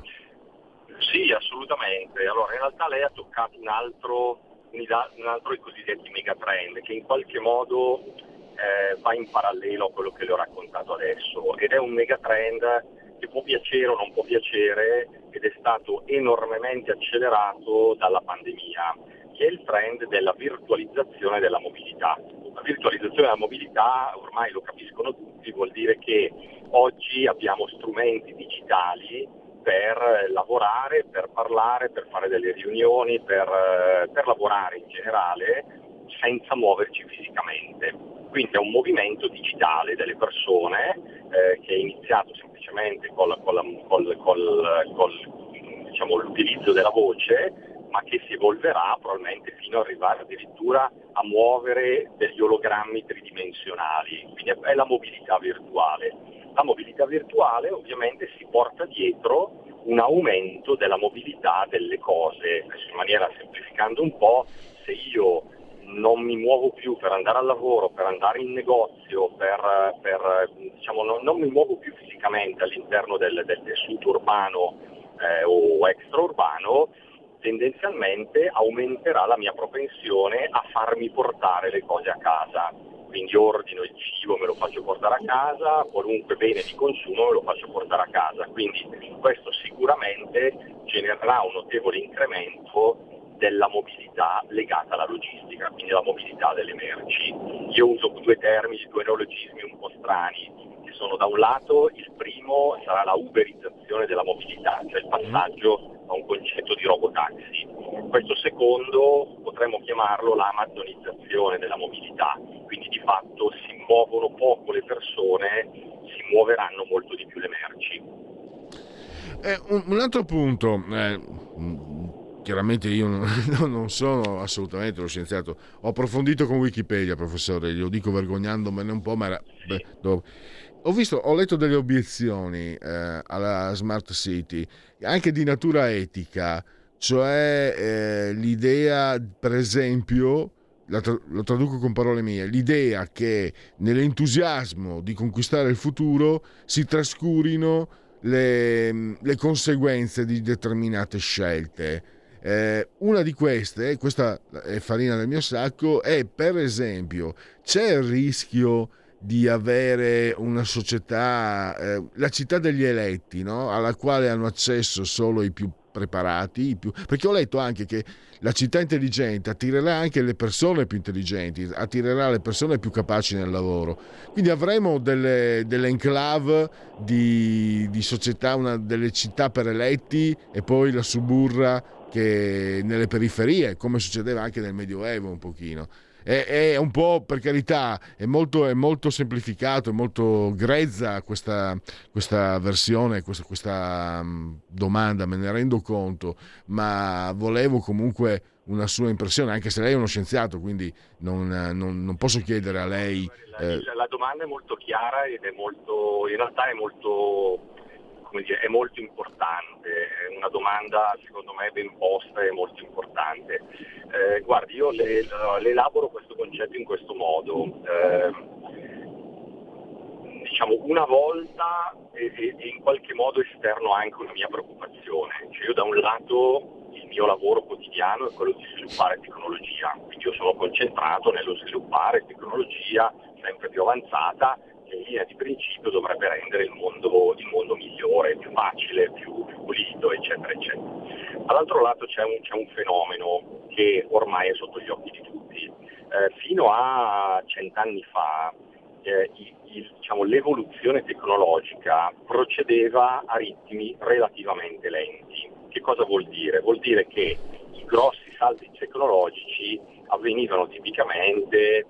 Sì, assolutamente. Allora, in realtà lei ha toccato un altro, un altro dei cosiddetti megatrend che in qualche modo eh, va in parallelo a quello che le ho raccontato adesso, ed è un megatrend che può piacere o non può piacere ed è stato enormemente accelerato dalla pandemia, che è il trend della virtualizzazione della mobilità. La virtualizzazione della mobilità, ormai lo capiscono tutti, vuol dire che oggi abbiamo strumenti digitali per lavorare, per parlare, per fare delle riunioni, per, per lavorare in generale senza muoverci fisicamente. Quindi è un movimento digitale delle persone eh, che è iniziato semplicemente con, con, con, con, con diciamo, l'utilizzo della voce, ma che si evolverà probabilmente fino ad arrivare addirittura a muovere degli ologrammi tridimensionali, quindi è la mobilità virtuale. La mobilità virtuale ovviamente si porta dietro un aumento della mobilità delle cose, in maniera semplificando un po', se io non mi muovo più per andare al lavoro, per andare in negozio, per, per diciamo non, non mi muovo più fisicamente all'interno del, del tessuto urbano eh, o extraurbano, tendenzialmente aumenterà la mia propensione a farmi portare le cose a casa. Quindi ordino il cibo, me lo faccio portare a casa, qualunque bene di consumo me lo faccio portare a casa. Quindi questo sicuramente genererà un notevole incremento della mobilità legata alla logistica, quindi la mobilità delle merci. Io uso due termini, due neologismi un po' strani, che sono da un lato, il primo sarà la uberizzazione della mobilità, cioè il passaggio a un concetto di robotaxi. Questo secondo potremmo chiamarlo l'amazonizzazione della mobilità, quindi di fatto si muovono poco le persone, si muoveranno molto di più le merci. Eh, un, un altro punto, eh, chiaramente io non, non sono assolutamente uno scienziato, ho approfondito con Wikipedia, professore, glielo dico vergognandomene un po', ma era, beh, dove... Ho visto, ho letto delle obiezioni eh, alla Smart City, anche di natura etica, cioè eh, l'idea, per esempio, la tra- lo traduco con parole mie, l'idea che nell'entusiasmo di conquistare il futuro si trascurino le, le conseguenze di determinate scelte. Eh, una di queste, questa è farina del mio sacco, è per esempio, c'è il rischio di avere una società, eh, la città degli eletti, no? Alla quale hanno accesso solo i più preparati, i più... perché ho letto anche che la città intelligente attirerà anche le persone più intelligenti, attirerà le persone più capaci nel lavoro, quindi avremo delle, delle enclave di, di società, una, delle città per eletti e poi la suburra che nelle periferie, come succedeva anche nel Medioevo un pochino. È, è un po', per carità, è molto, è molto semplificato, è molto grezza questa, questa versione, questa, questa um, domanda, me ne rendo conto, ma volevo comunque una sua impressione, anche se lei è uno scienziato, quindi non, non, non posso chiedere a lei... Eh... La, la domanda è molto chiara ed è molto, in realtà è molto... come dire, è molto importante, è una domanda secondo me ben posta e molto importante. Eh, guardi, io le, le elaboro questo concetto in questo modo. Eh, diciamo, una volta e, e in qualche modo esterno anche una mia preoccupazione. Cioè, io da un lato il mio lavoro quotidiano è quello di sviluppare tecnologia, quindi io sono concentrato nello sviluppare tecnologia sempre più avanzata, che in linea di principio dovrebbe rendere il mondo, il mondo migliore, più facile, più, più pulito, eccetera, eccetera. Dall'altro lato c'è un, c'è un fenomeno che ormai è sotto gli occhi di tutti. Eh, fino a cent'anni fa eh, il, il, diciamo, l'evoluzione tecnologica procedeva a ritmi relativamente lenti. Che cosa vuol dire? Vuol dire che i grossi salti tecnologici avvenivano tipicamente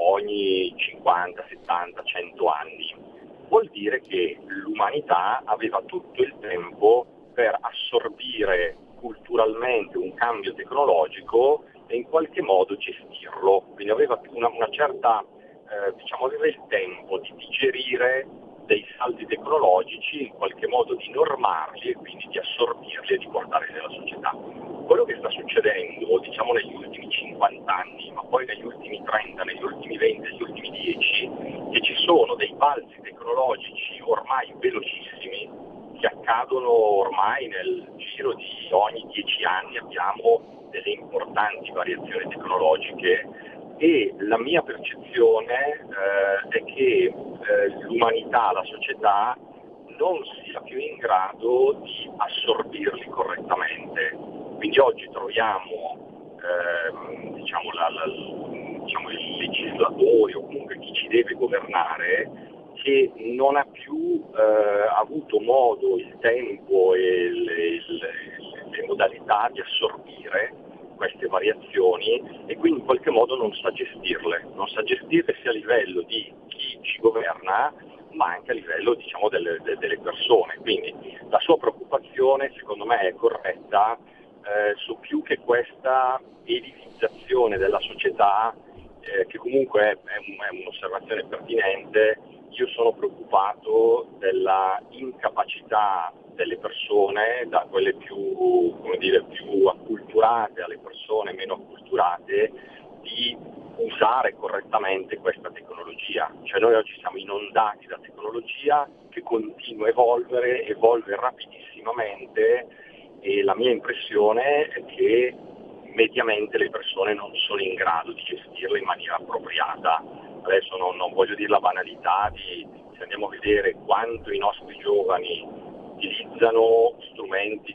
ogni cinquanta, settanta, cento anni. Vuol dire che l'umanità aveva tutto il tempo per assorbire culturalmente un cambio tecnologico e in qualche modo gestirlo. Quindi aveva una, una certa, eh, diciamo, aveva il tempo di digerire dei salti tecnologici, in qualche modo di normarli e quindi di assorbirli e di portarli nella società. Quello che sta succedendo, diciamo, negli ultimi cinquanta anni, ma poi negli ultimi trenta, negli ultimi venti, negli ultimi dieci, che ci sono dei balzi tecnologici ormai velocissimi, che accadono ormai nel giro di ogni dieci anni, abbiamo delle importanti variazioni tecnologiche e la mia percezione eh, è che eh, l'umanità, la società, non sia più in grado di assorbirli correttamente. Quindi oggi troviamo eh, diciamo, la, la, diciamo, i legislatori o comunque chi ci deve governare che non ha più eh, avuto modo, il tempo e le, le, le modalità di assorbire queste variazioni e quindi in qualche modo non sa gestirle, non sa gestirle sia a livello di chi ci governa ma anche a livello, diciamo, delle, delle persone. Quindi la sua preoccupazione secondo me è corretta, eh, su più che questa elitizzazione della società, eh, che comunque è, è un'osservazione pertinente. Io sono preoccupato della incapacità delle persone, da quelle più, come dire, più acculturate alle persone meno acculturate, di usare correttamente questa tecnologia. Cioè noi oggi siamo inondati da tecnologia che continua a evolvere, evolve rapidissimamente e la mia impressione è che mediamente le persone non sono in grado di gestirla in maniera appropriata. Adesso non, non voglio dire la banalità di, se andiamo a vedere quanto i nostri giovani utilizzano strumenti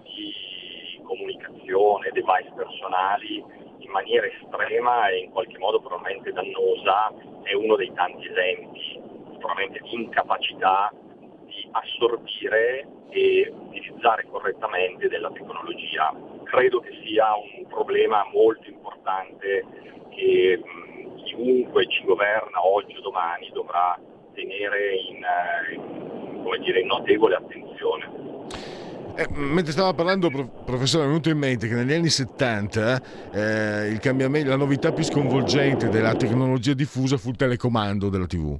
di comunicazione, device personali in maniera estrema e in qualche modo probabilmente dannosa, è uno dei tanti esempi probabilmente di incapacità di assorbire e utilizzare correttamente della tecnologia. Credo che sia un problema molto importante che mh, chiunque ci governa oggi o domani dovrà tenere in, in, come dire, in notevole attenzione. Eh, mentre stava parlando, professore, è venuto in mente che negli anni settanta eh, il cambiamento, la novità più sconvolgente della tecnologia diffusa fu il telecomando della tivù.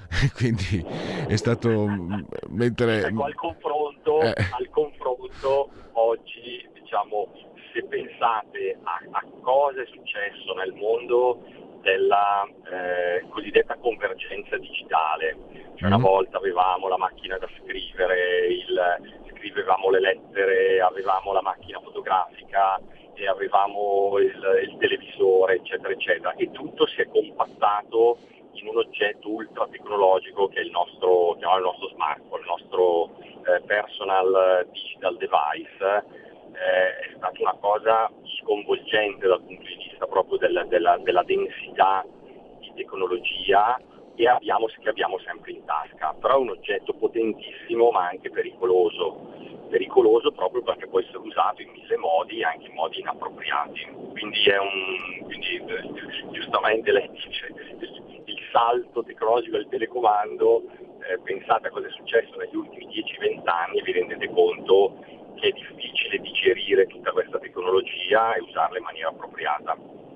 Quindi è stato mentre ecco, al confronto, eh. al confronto oggi, diciamo, se pensate a, a cosa è successo nel mondo della eh, cosiddetta convergenza digitale. Cioè una volta avevamo la macchina da scrivere, il, scrivevamo le lettere, avevamo la macchina fotografica e avevamo il, il televisore, eccetera, eccetera, e tutto si è compattato in un oggetto ultra tecnologico che è il nostro, chiamiamolo il nostro smartphone, il nostro eh, personal digital device. Eh, è stata una cosa sconvolgente dal punto di vista proprio della, della, della densità di tecnologia e abbiamo, che abbiamo sempre in tasca, però è un oggetto potentissimo ma anche pericoloso, pericoloso proprio perché può essere usato in mille modi, anche in modi inappropriati, quindi è un, quindi, giustamente lei dice, il salto tecnologico del telecomando, eh, pensate a cosa è successo negli ultimi dieci venti anni e vi rendete conto che è difficile digerire tutta questa tecnologia e usarla in maniera appropriata.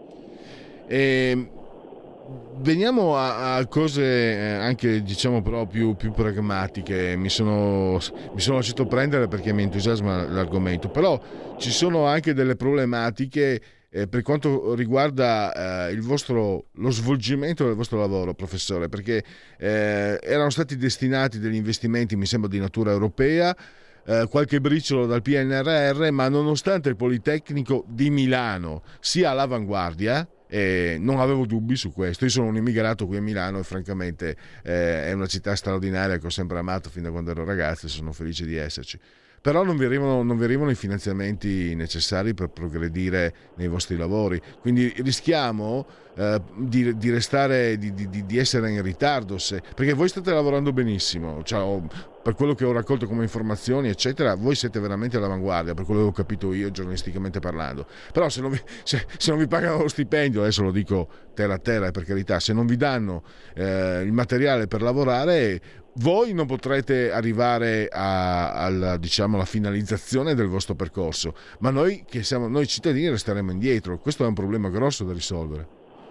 E veniamo a, a cose anche diciamo però più, più pragmatiche. Mi sono, mi sono lasciato prendere perché mi entusiasma l'argomento, però ci sono anche delle problematiche eh, per quanto riguarda eh, il vostro, lo svolgimento del vostro lavoro, professore, perché eh, erano stati destinati degli investimenti, mi sembra, di natura europea, Eh, qualche briciolo dal P N R R, ma nonostante il Politecnico di Milano sia all'avanguardia, eh, non avevo dubbi su questo. Io sono un immigrato qui a Milano e francamente eh, è una città straordinaria che ho sempre amato fin da quando ero ragazzo e sono felice di esserci. Però non vi arrivano, non vi arrivano i finanziamenti necessari per progredire nei vostri lavori, quindi rischiamo eh, di, di restare, di, di, di essere in ritardo, se, perché voi state lavorando benissimo, cioè, per quello che ho raccolto come informazioni eccetera, voi siete veramente all'avanguardia, per quello che ho capito io giornalisticamente parlando, però se non vi, se, se non vi pagano lo stipendio, adesso lo dico terra a terra, per carità, se non vi danno eh, il materiale per lavorare, voi non potrete arrivare a, alla, diciamo, alla finalizzazione del vostro percorso, ma noi che siamo noi cittadini resteremo indietro. Questo è un problema grosso da risolvere.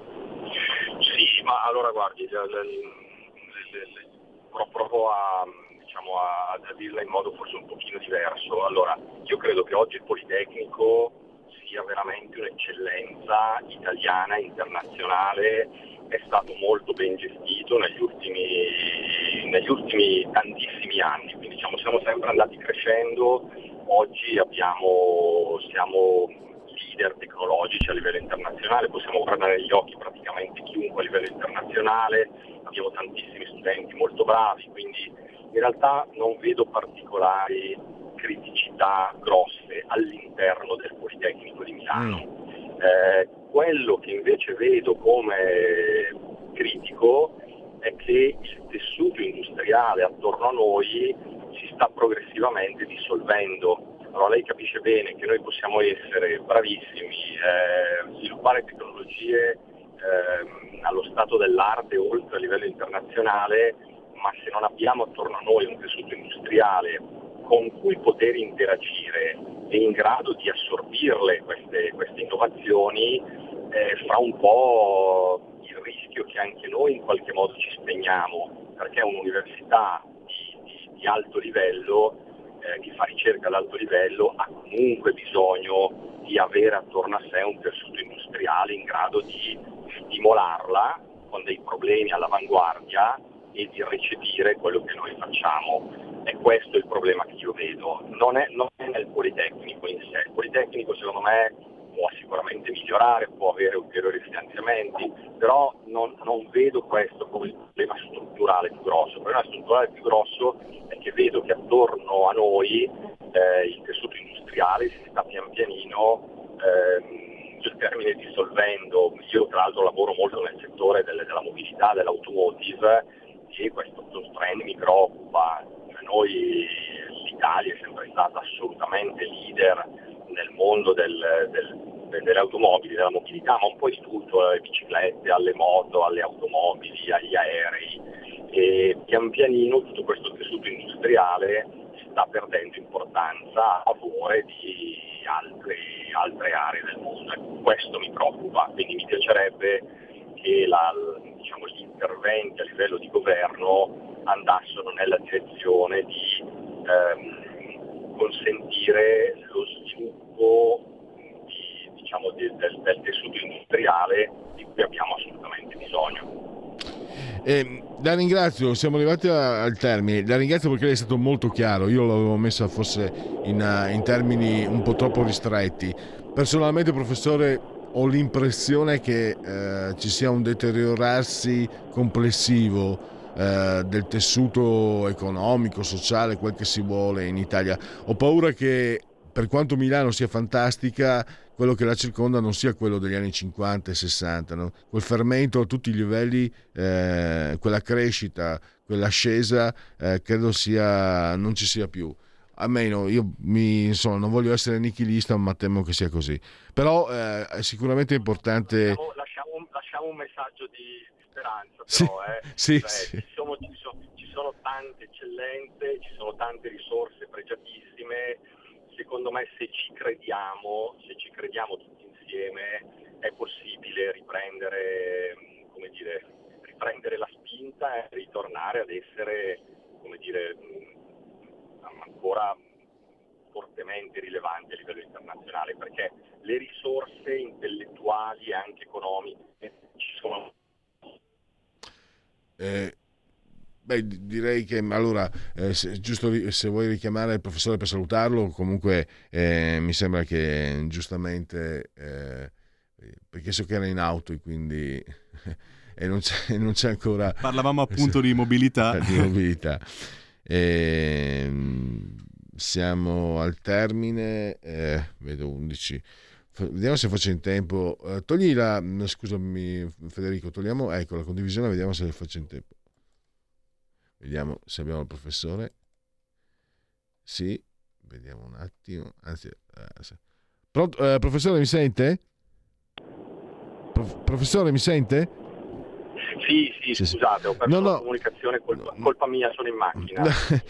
Sì, ma allora guardi, le, le, le, le, provo a, diciamo, a, a dirla in modo forse un pochino diverso. Allora, io credo che oggi il Politecnico sia veramente un'eccellenza italiana, internazionale, è stato molto ben gestito negli ultimi, negli ultimi tantissimi anni, quindi diciamo siamo sempre andati crescendo, oggi abbiamo, siamo leader tecnologici a livello internazionale, possiamo guardare negli occhi praticamente chiunque a livello internazionale, abbiamo tantissimi studenti molto bravi, quindi in realtà non vedo particolari criticità grosse all'interno del Politecnico di Milano. Mm. Eh, quello che invece vedo come critico è che il tessuto industriale attorno a noi si sta progressivamente dissolvendo. Allora lei capisce bene che noi possiamo essere bravissimi, eh, sviluppare tecnologie eh, allo stato dell'arte oltre a livello internazionale, ma se non abbiamo attorno a noi un tessuto industriale con cui poter interagire e in grado di assorbirle queste, queste innovazioni, eh, fa un po' il rischio che anche noi in qualche modo ci spegniamo, perché un'università di, di, di alto livello, eh, che fa ricerca ad alto livello, ha comunque bisogno di avere attorno a sé un tessuto industriale in grado di stimolarla con dei problemi all'avanguardia e di recepire quello che noi facciamo. E questo è il problema che io vedo, non è, non è nel Politecnico in sé. Il Politecnico secondo me può sicuramente migliorare, può avere ulteriori finanziamenti, però non, non vedo questo come il problema strutturale più grosso. Il problema strutturale più grosso è che vedo che attorno a noi eh, il tessuto industriale si sta pian pianino eh, il termine dissolvendo. Io tra l'altro lavoro molto nel settore delle, della mobilità, dell'automotive, e questo trend mi preoccupa. Noi, l'Italia è sempre stata assolutamente leader nel mondo del, del, delle automobili, della mobilità, ma un po' di tutto, dalle biciclette, alle moto, alle automobili, agli aerei, e pian pianino tutto questo tessuto industriale sta perdendo importanza a favore di altre, altre aree del mondo. Questo mi preoccupa, quindi mi piacerebbe che la, diciamo, gli interventi a livello di governo andassero nella direzione di ehm, consentire lo sviluppo di, diciamo, di, del, del tessuto Eh, la ringrazio, siamo arrivati a, al termine. La ringrazio perché lei è stato molto chiaro. Io l'avevo messa forse in, uh, in termini un po' troppo ristretti. Personalmente, professore, ho l'impressione che uh, ci sia un deteriorarsi complessivo uh, del tessuto economico, sociale, quel che si vuole in Italia. Ho paura che, per quanto Milano sia fantastica, quello che la circonda non sia quello degli anni cinquanta e sessanta, no? Quel fermento a tutti i livelli, eh, quella crescita, quell'ascesa, eh, credo sia non ci sia più. Almeno io mi, insomma, non voglio essere nichilista, ma temo che sia così. Però eh, è sicuramente importante. Lasciamo, lasciamo, lasciamo un messaggio di, di speranza, sì, però, eh. sì, cioè, sì. Ci, sono, ci, sono, ci sono tante eccellenze, ci sono tante risorse pregiatissime. Secondo me, se ci crediamo, se ci crediamo tutti insieme, è possibile riprendere, come dire, riprendere la spinta e ritornare ad essere, come dire, ancora fortemente rilevanti a livello internazionale, perché le risorse intellettuali e anche economiche ci sono. Eh... Beh, direi che allora, eh, se, giusto se vuoi richiamare il professore per salutarlo, comunque eh, mi sembra che giustamente, eh, perché so che era in auto e quindi e non c'è, non c'è ancora. Parlavamo appunto di mobilità. Di mobilità. E, siamo al termine, eh, vedo undici. Vediamo se faccio in tempo. Eh, togli la, scusami Federico, togliamo, ecco la condivisione, vediamo se faccio in tempo. Vediamo se abbiamo il professore. Sì, vediamo un attimo. Anzi, eh, pronto, eh, professore, mi sente? Prof, professore, mi sente? Sì, sì, sì, scusate, ho perso no, no. la comunicazione, colpa, colpa mia, sono in macchina.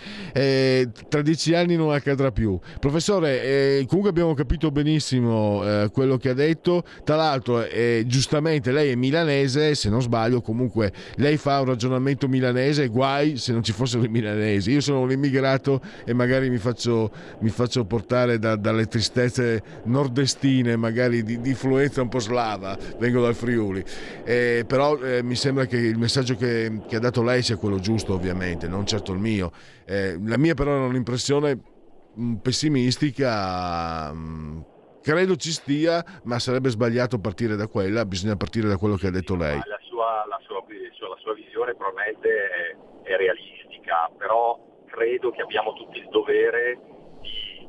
eh, tra dieci anni non accadrà più. Professore, eh, comunque abbiamo capito benissimo eh, quello che ha detto. Tra l'altro, eh, giustamente, lei è milanese, se non sbaglio, comunque lei fa un ragionamento milanese, guai se non ci fossero i milanesi. Io sono un immigrato e magari mi faccio, mi faccio portare da, dalle tristezze nordestine, magari di, di influenza un po' slava, vengo dal Friuli. Eh, però eh, mi sembra che il messaggio che, che ha dato lei sia quello giusto, ovviamente, non certo il mio. Eh, la mia però è un'impressione mh, pessimistica, mh, credo ci stia, ma sarebbe sbagliato partire da quella, bisogna partire da quello che ha detto lei. La sua, la sua, la sua visione probabilmente è, è realistica, però credo che abbiamo tutti il dovere di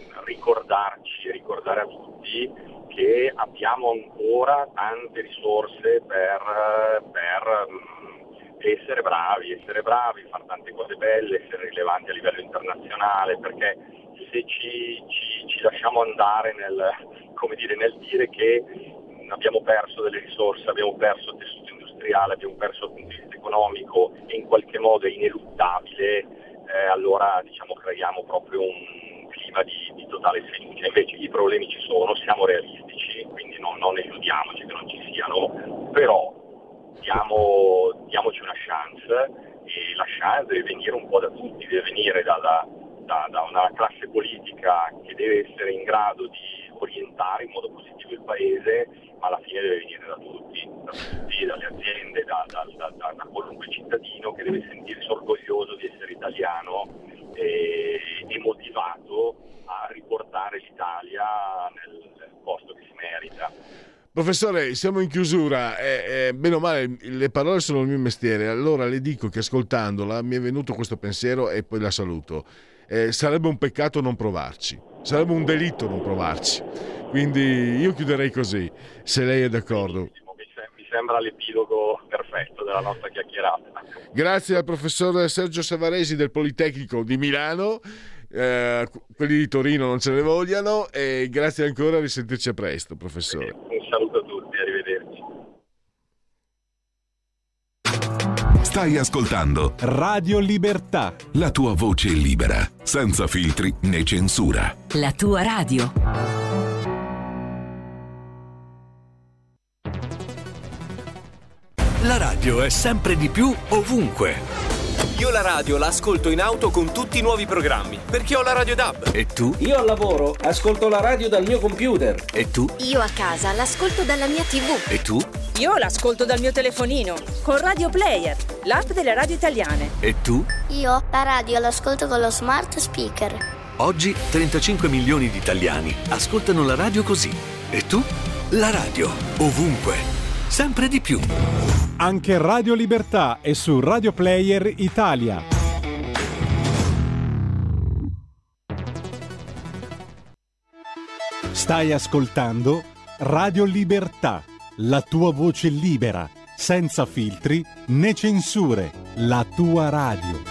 ricordarci, ricordare a tutti che abbiamo ancora tante risorse per, per essere bravi, essere bravi, fare tante cose belle, essere rilevanti a livello internazionale, perché se ci, ci, ci lasciamo andare nel, come dire, nel dire che abbiamo perso delle risorse, abbiamo perso il tessuto industriale, abbiamo perso il punto di vista economico e in qualche modo è ineluttabile, eh, allora diciamo creiamo proprio un clima di, di totale sfiducia. Invece i problemi ci sono, siamo realistici, quindi non, non illudiamoci che non ci siano, però diamo, diamoci una chance, e la chance deve venire un po' da tutti, deve venire da, da, da, da una classe politica che deve essere in grado di orientare in modo positivo il paese, ma alla fine deve venire da tutti, da tutti, dalle aziende, da, da, da, da, da qualunque cittadino che deve sentirsi orgoglioso di essere italiano e, e motivato a riportare l'Italia nel posto che si merita. Professore, siamo in chiusura, eh, eh, bene o male le parole sono il mio mestiere, allora le dico che ascoltandola mi è venuto questo pensiero e poi la saluto. Eh, sarebbe un peccato non provarci, sarebbe un delitto non provarci, quindi io chiuderei così, se lei è d'accordo. Mi sembra l'epilogo perfetto della nostra chiacchierata. Grazie al professor Sergio Savaresi del Politecnico di Milano, eh, quelli di Torino non ce ne vogliano, e grazie ancora, a risentirci a presto, professore. Un saluto a tutti, arrivederci. Stai ascoltando Radio Libertà, la tua voce libera, senza filtri né censura. La tua radio. La radio è sempre di più ovunque. Io la radio la ascolto in auto con tutti i nuovi programmi, perché ho la Radio D A B. E tu? Io al lavoro ascolto la radio dal mio computer. E tu? Io a casa l'ascolto dalla mia tivù. E tu? Io l'ascolto dal mio telefonino, con Radio Player, l'app delle radio italiane. E tu? Io la radio l'ascolto con lo smart speaker. Oggi trentacinque milioni di italiani ascoltano la radio così. E tu? La radio, ovunque, sempre di più. Anche Radio Libertà è su Radio Player Italia. Stai ascoltando Radio Libertà, la tua voce libera, senza filtri né censure, la tua radio.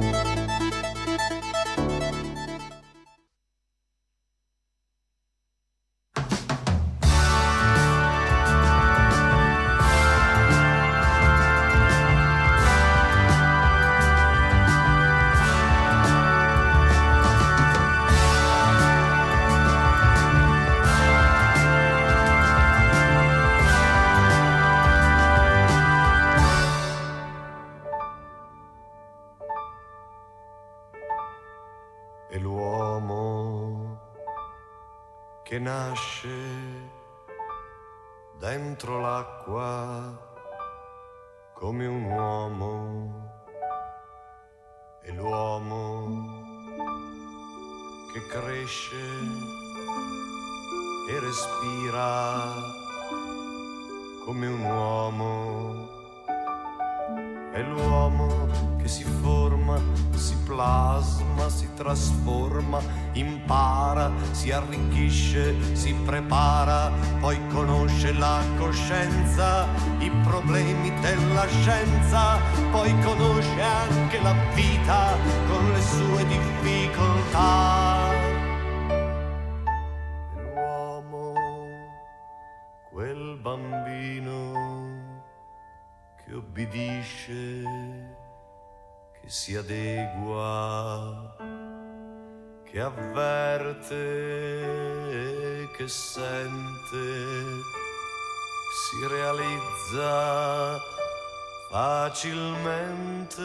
E l'uomo che nasce dentro l'acqua come un uomo, e l'uomo che cresce e respira come un uomo, è l'uomo che si forma, si plasma, si trasforma, impara, si arricchisce, si prepara, poi conosce la coscienza, i problemi della scienza, poi conosce anche la vita con le sue difficoltà. L'uomo, quel bambino che obbedisce, che si adegua, che avverte, che sente, si realizza facilmente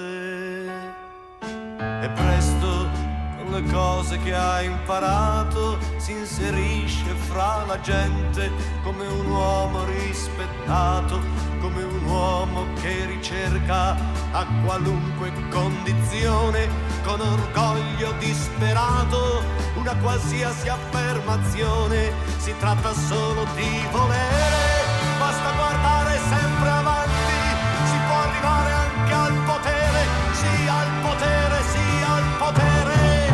e presto con le cose che ha imparato si inserisce fra la gente come un uomo rispettato, come un uomo che ricerca a qualunque condizione con orgoglio disperato una qualsiasi affermazione. Si tratta solo di volere, basta guardare sempre avanti, si può arrivare anche al potere, sì al potere, sì al potere.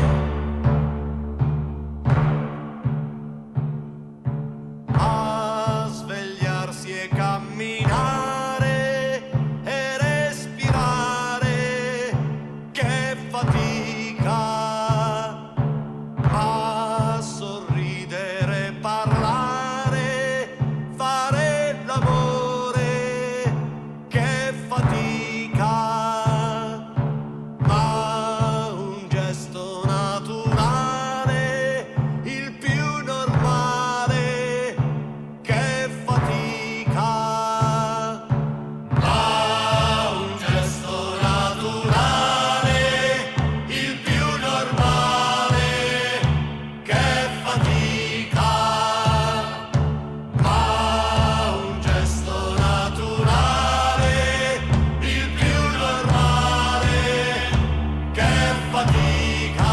A svegliarsi e camminare e respirare, che fatica, a sorridere, parlare, fare l'amore, che fatica, ma un gesto naturale, il più normale, che fatica, ma un gesto naturale, il più normale, che fatica, ma un gesto naturale, il più normale, che fatica,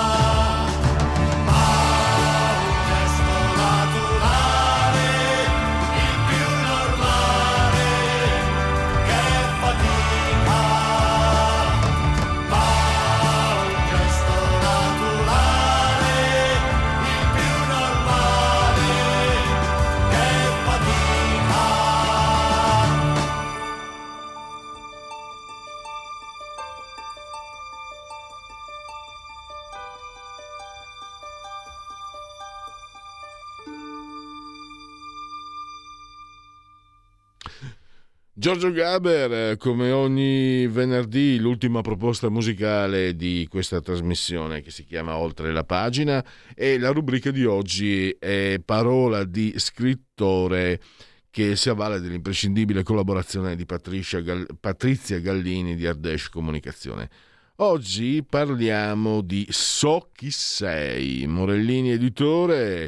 ma un gesto naturale, il più normale, che fatica, ma un gesto naturale, il più normale, che fatica. Giorgio Gaber, come ogni venerdì, l'ultima proposta musicale di questa trasmissione che si chiama Oltre la pagina, e la rubrica di oggi è Parola di scrittore, che si avvale dell'imprescindibile collaborazione di Patricia Gall- Patrizia Gallini di Ardèche Comunicazione. Oggi parliamo di So chi sei, Morellini editore.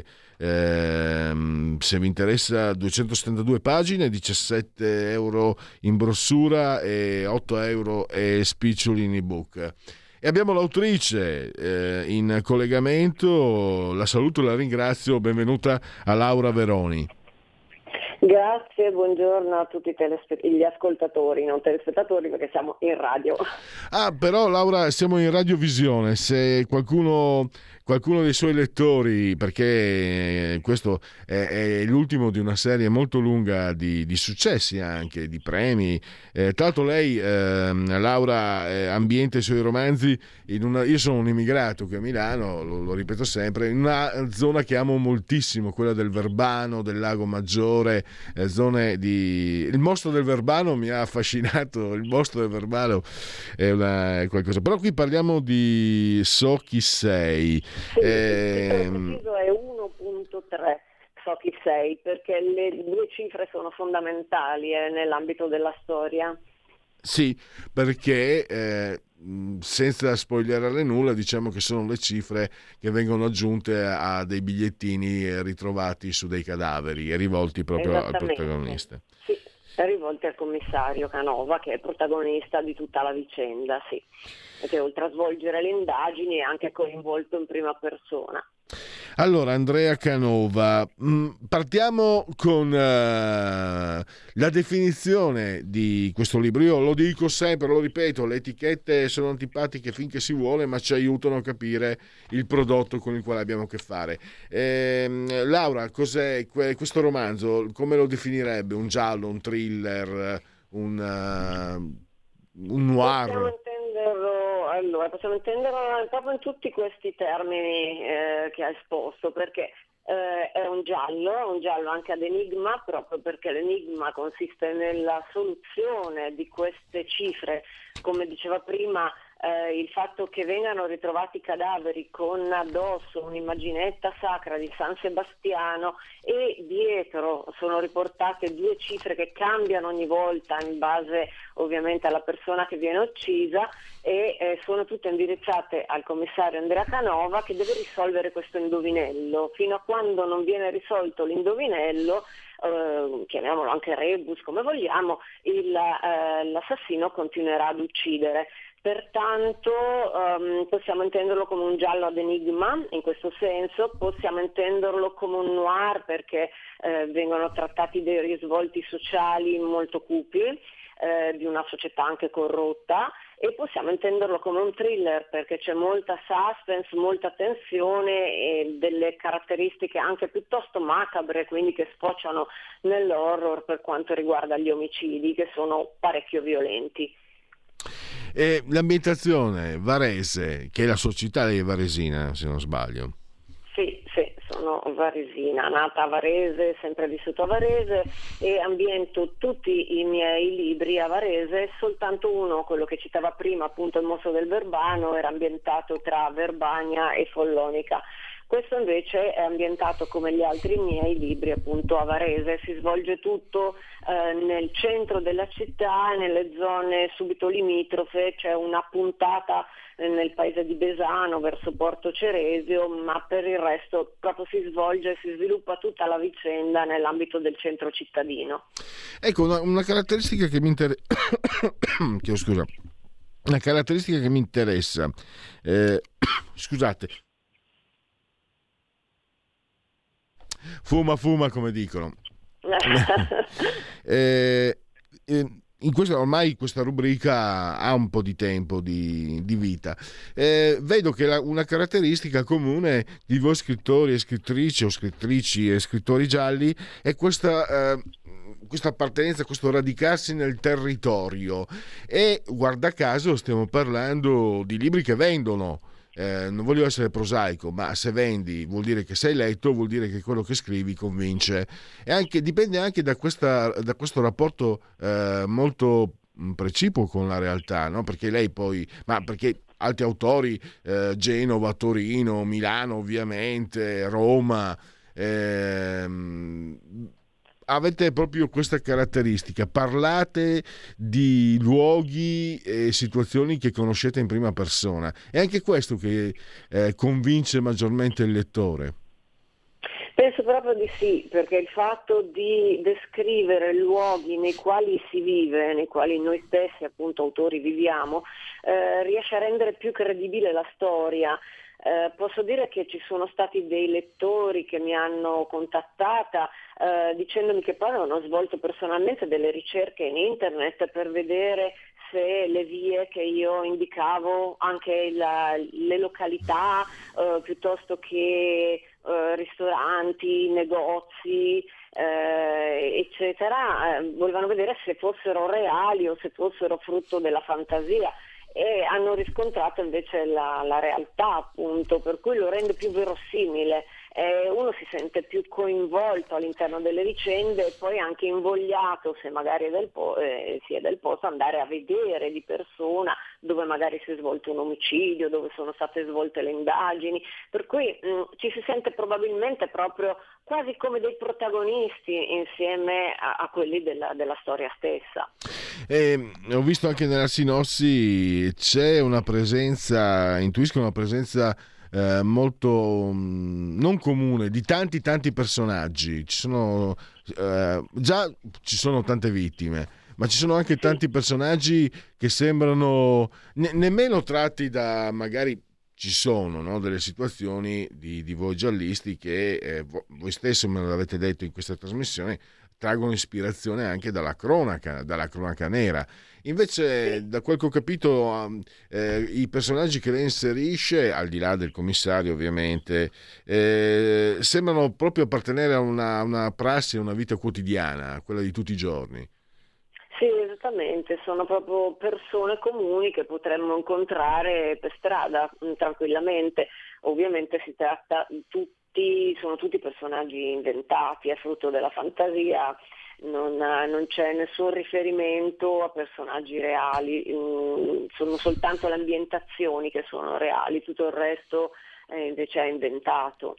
Eh, se vi interessa, duecentosettantadue pagine, diciassette euro in brossura e otto euro e spiccioli in ebook. E abbiamo l'autrice eh, in collegamento, la saluto e la ringrazio, benvenuta a Laura Veroni. Grazie, buongiorno a tutti i telespe- gli ascoltatori, non telespettatori perché siamo in radio. Ah, però Laura, siamo in radiovisione, se qualcuno, qualcuno dei suoi lettori, perché questo è, è l'ultimo di una serie molto lunga di, di successi anche, di premi, eh, tra l'altro lei, eh, Laura, eh, ambienta i suoi romanzi in una, io sono un immigrato qui a Milano, lo, lo ripeto sempre, in una zona che amo moltissimo, quella del Verbano, del Lago Maggiore, eh, zone di... il mostro del Verbano mi ha affascinato, il mostro del Verbano è, una, è qualcosa, però qui parliamo di So chi sei. Sì, eh... il preciso è uno virgola tre, So chi sei, perché le due cifre sono fondamentali eh, nell'ambito della storia. Sì, perché eh, senza spoilerare nulla, diciamo che sono le cifre che vengono aggiunte a dei bigliettini ritrovati su dei cadaveri e rivolti proprio al protagonista. Sì, rivolti al commissario Canova, che è il protagonista di tutta la vicenda, sì, e che oltre a svolgere le indagini è anche coinvolto in prima persona. Allora, Andrea Canova, partiamo con uh, la definizione di questo libro. Io lo dico sempre, lo ripeto, le etichette sono antipatiche finché si vuole, ma ci aiutano a capire il prodotto con il quale abbiamo a che fare. Eh, Laura, cos'è questo romanzo? Come lo definirebbe? Un giallo, un thriller, un, uh, un noir? Possiamo intenderlo, allora, possiamo intenderlo proprio in tutti questi termini eh, che ha esposto, perché eh, è un giallo, un giallo anche ad enigma, proprio perché l'enigma consiste nella soluzione di queste cifre, come diceva prima, eh, il fatto che vengano ritrovati cadaveri con addosso un'immaginetta sacra di San Sebastiano e dietro sono riportate due cifre che cambiano ogni volta in base ovviamente alla persona che viene uccisa e eh, sono tutte indirizzate al commissario Andrea Canova, che deve risolvere questo indovinello. Fino a quando non viene risolto l'indovinello, eh, chiamiamolo anche rebus come vogliamo, il, eh, l'assassino continuerà ad uccidere. Pertanto um, possiamo intenderlo come un giallo ad enigma, in questo senso, possiamo intenderlo come un noir perché eh, vengono trattati dei risvolti sociali molto cupi, eh, di una società anche corrotta, e possiamo intenderlo come un thriller perché c'è molta suspense, molta tensione e delle caratteristiche anche piuttosto macabre, quindi che sfociano nell'horror per quanto riguarda gli omicidi, che sono parecchio violenti. E l'ambientazione Varese, che è la sua città, lei è varesina se non sbaglio. Sì, sì, sono varesina, nata a Varese, sempre vissuto a Varese e ambiento tutti i miei libri a Varese, soltanto uno, quello che citava prima, appunto Il mostro del Verbano, era ambientato tra Verbania e Follonica. Questo invece è ambientato come gli altri miei libri appunto a Varese, si svolge tutto eh, nel centro della città, nelle zone subito limitrofe, c'è una puntata eh, nel paese di Besano verso Porto Ceresio, ma per il resto proprio si svolge, si sviluppa tutta la vicenda nell'ambito del centro cittadino. Ecco, una, una caratteristica che mi interessa, scusa, una caratteristica che mi interessa, eh, scusate, fuma fuma come dicono. eh, eh, in questo, ormai questa rubrica ha un po' di tempo di, di vita. Eh, vedo che la, una caratteristica comune di voi scrittori e scrittrici o scrittrici e scrittori gialli è questa eh, questa appartenenza, questo radicarsi nel territorio, e guarda caso stiamo parlando di libri che vendono. Eh, non voglio essere prosaico, ma se vendi vuol dire che sei letto, vuol dire che quello che scrivi convince, e anche, dipende anche da, questa, da questo rapporto eh, molto precipuo con la realtà, no? Perché lei poi, ma perché altri autori, eh, Genova, Torino, Milano ovviamente, Roma, ehm, avete proprio questa caratteristica, parlate di luoghi e situazioni che conoscete in prima persona. È anche questo che eh, convince maggiormente il lettore. Penso proprio di sì, perché il fatto di descrivere luoghi nei quali si vive, nei quali noi stessi, appunto autori, viviamo, eh, riesce a rendere più credibile la storia. Eh, posso dire che ci sono stati dei lettori che mi hanno contattata eh, dicendomi che poi hanno svolto personalmente delle ricerche in internet per vedere se le vie che io indicavo, anche la, le località, eh, piuttosto che eh, ristoranti, negozi, eh, eccetera, eh, volevano vedere se fossero reali o se fossero frutto della fantasia. E hanno riscontrato invece la, la realtà, appunto, per cui lo rende più verosimile, eh, uno si sente più coinvolto all'interno delle vicende e poi anche invogliato, se magari è del po- eh, si è del posto, andare a vedere di persona dove magari si è svolto un omicidio, dove sono state svolte le indagini, per cui mh, ci si sente probabilmente proprio quasi come dei protagonisti insieme a, a quelli della, della storia stessa. E ho visto anche nella sinossi c'è una presenza, intuisco una presenza eh, molto mh, non comune di tanti tanti personaggi. Ci sono eh, già ci sono tante vittime, ma ci sono anche tanti personaggi che sembrano ne- nemmeno tratti da, magari ci sono, no, delle situazioni di, di voi giallisti che eh, voi stesso me l'avete detto in questa trasmissione, traggono ispirazione anche dalla cronaca, dalla cronaca nera. Invece, da quel che ho capito, eh, i personaggi che lei inserisce, al di là del commissario ovviamente, eh, sembrano proprio appartenere a una, una prassi, a una vita quotidiana, quella di tutti i giorni. Sì, esattamente, sono proprio persone comuni che potremmo incontrare per strada tranquillamente. Ovviamente si tratta tutti, sono tutti personaggi inventati, è frutto della fantasia, non, non c'è nessun riferimento a personaggi reali, sono soltanto le ambientazioni che sono reali, tutto il resto eh, invece è inventato.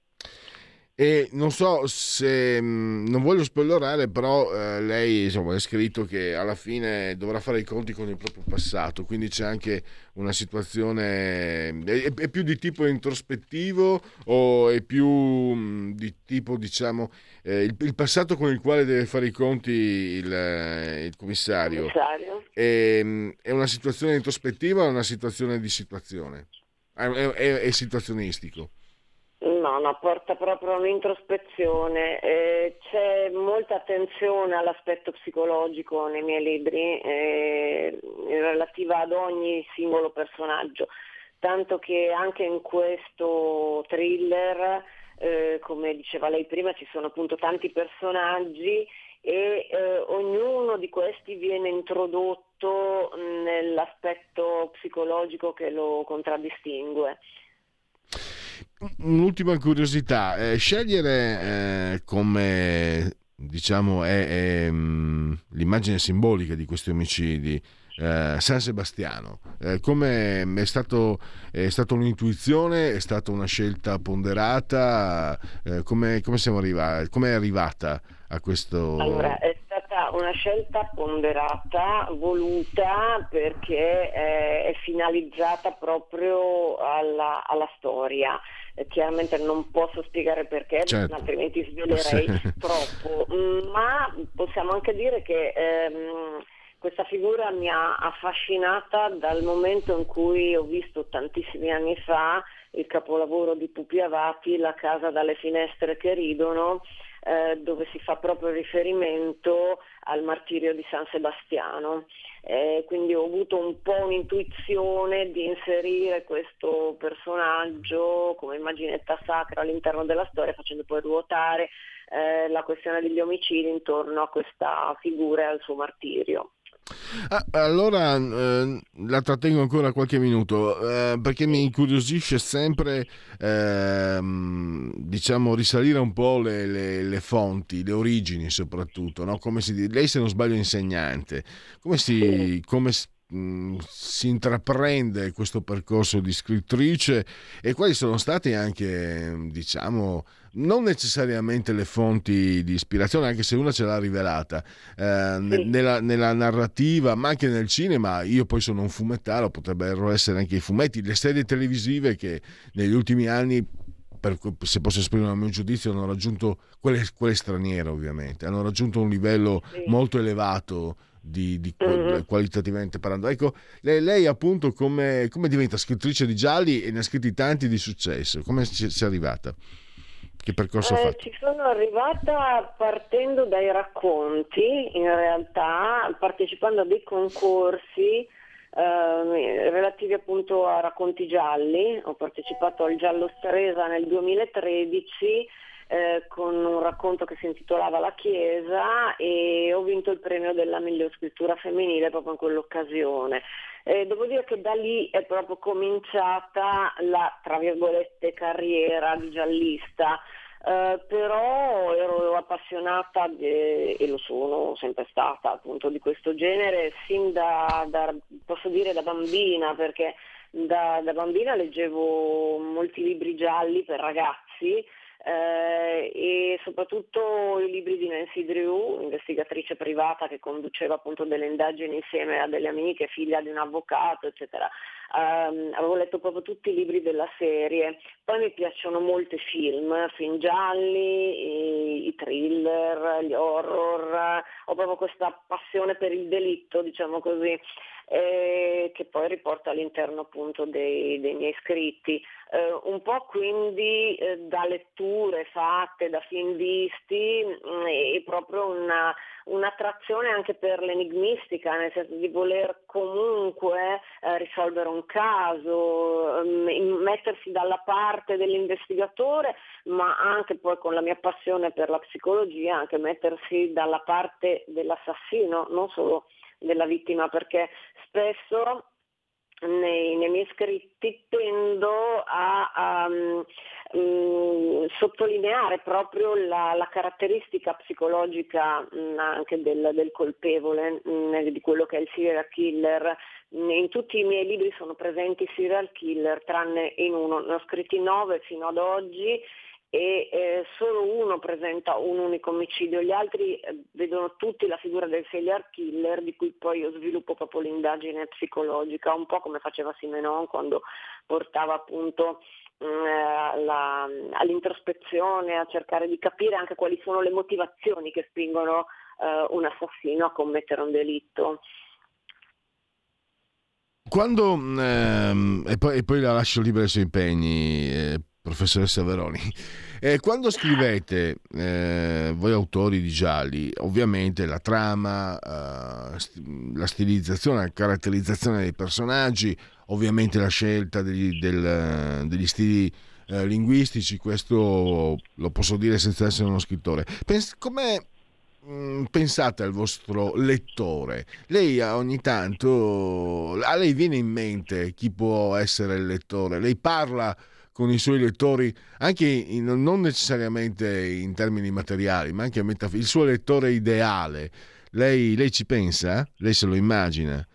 E non so se, non voglio spoilerare, però eh, lei insomma ha scritto che alla fine dovrà fare i conti con il proprio passato, quindi c'è anche una situazione, è, è più di tipo introspettivo o è più mh, di tipo, diciamo, eh, il, il passato con il quale deve fare i conti il, il commissario. commissario. È, è una situazione introspettiva o una situazione di situazione? È, è, è situazionistico? No, no, porta proprio a un'introspezione, eh, c'è molta attenzione all'aspetto psicologico nei miei libri, eh, relativa ad ogni singolo personaggio, tanto che anche in questo thriller, eh, come diceva lei prima, ci sono appunto tanti personaggi e eh, ognuno di questi viene introdotto nell'aspetto psicologico che lo contraddistingue. Un'ultima curiosità, eh, scegliere eh, come diciamo è, è mh, l'immagine simbolica di questi omicidi eh, San Sebastiano, eh, come è stato è stata un'intuizione, è stata una scelta ponderata, eh, come, come siamo arrivati, come è arrivata a questo? Allora, è stata una scelta ponderata, voluta, perché eh, è finalizzata proprio alla, alla storia. Eh, chiaramente non posso spiegare perché, certo, altrimenti svelerei sì. troppo, ma possiamo anche dire che ehm, questa figura mi ha affascinata dal momento in cui ho visto tantissimi anni fa il capolavoro di Pupi Avati, La casa dalle finestre che ridono, eh, dove si fa proprio riferimento al martirio di San Sebastiano. Eh, quindi ho avuto un po' un'intuizione di inserire questo personaggio come immaginetta sacra all'interno della storia, facendo poi ruotare eh, la questione degli omicidi intorno a questa figura e al suo martirio. Ah, allora eh, la trattengo ancora qualche minuto eh, perché mi incuriosisce sempre eh, diciamo risalire un po' le, le, le fonti, le origini soprattutto, no? Come si, lei se non sbaglio è insegnante, come si, come mh, si intraprende questo percorso di scrittrice e quali sono stati anche diciamo non necessariamente le fonti di ispirazione, anche se una ce l'ha rivelata eh, sì. nella, nella narrativa, ma anche nel cinema. Io poi sono un fumettaro, potrebbero essere anche i fumetti, le serie televisive che negli ultimi anni, per, se posso esprimere il mio giudizio, hanno raggiunto, quelle, quelle straniere ovviamente, hanno raggiunto un livello sì. molto elevato di, di mm-hmm. qualitativamente parlando. Ecco, lei, lei appunto come, come diventa scrittrice di gialli, e ne ha scritti tanti di successo, come ci è arrivata? Che percorso eh, ha fatto? Ci sono arrivata partendo dai racconti, in realtà partecipando a dei concorsi eh, relativi appunto a racconti gialli. Ho partecipato al Giallo Stresa nel duemilatredici eh, con un racconto che si intitolava La Chiesa, e ho vinto il premio della miglior scrittura femminile proprio in quell'occasione. Eh, devo dire che da lì è proprio cominciata la, tra virgolette, carriera di giallista, eh, però ero appassionata de, e lo sono sempre stata appunto di questo genere sin da, da posso dire da bambina, perché da, da bambina leggevo molti libri gialli per ragazzi, Eh, e soprattutto i libri di Nancy Drew, investigatrice privata che conduceva appunto delle indagini insieme a delle amiche, figlia di un avvocato, eccetera. Um, avevo letto proprio tutti i libri della serie. Poi mi piacciono molti film, film gialli, i, i thriller, gli horror. Ho proprio questa passione per il delitto, diciamo così, eh, che poi riporto all'interno appunto dei, dei miei scritti. Eh, un po' quindi eh, da letture fatte, da film visti, mh, e proprio una, un'attrazione anche per l'enigmistica, nel senso di voler comunque eh, risolvere un caso, mh, mettersi dalla parte dell'investigatore, ma anche poi con la mia passione per la psicologia, anche mettersi dalla parte dell'assassino, non solo della vittima, perché spesso Nei, nei miei scritti tendo a, a um, sottolineare proprio la, la caratteristica psicologica um, anche del, del colpevole, um, di quello che è il serial killer. In tutti i miei libri sono presenti serial killer, tranne in uno, ne ho scritti nove fino ad oggi, e eh, solo uno presenta un unico omicidio, gli altri eh, vedono tutti la figura del serial killer, di cui poi io sviluppo proprio l'indagine psicologica, un po' come faceva Simenon quando portava appunto eh, la, all'introspezione, a cercare di capire anche quali sono le motivazioni che spingono eh, un assassino a commettere un delitto. Quando ehm, e, poi, e poi la lascio libera ai suoi impegni, eh, professoressa Veroni, eh, quando scrivete eh, voi autori di gialli, ovviamente la trama, eh, st- la stilizzazione, la caratterizzazione dei personaggi, ovviamente la scelta degli, del, degli stili eh, linguistici, questo lo posso dire senza essere uno scrittore. Pens- come pensate al vostro lettore? Lei ogni tanto, a lei viene in mente chi può essere il lettore? Lei parla con i suoi lettori anche in, non necessariamente in termini materiali, ma anche metaf- il suo lettore ideale. Lei, lei ci pensa? Lei se lo immagina?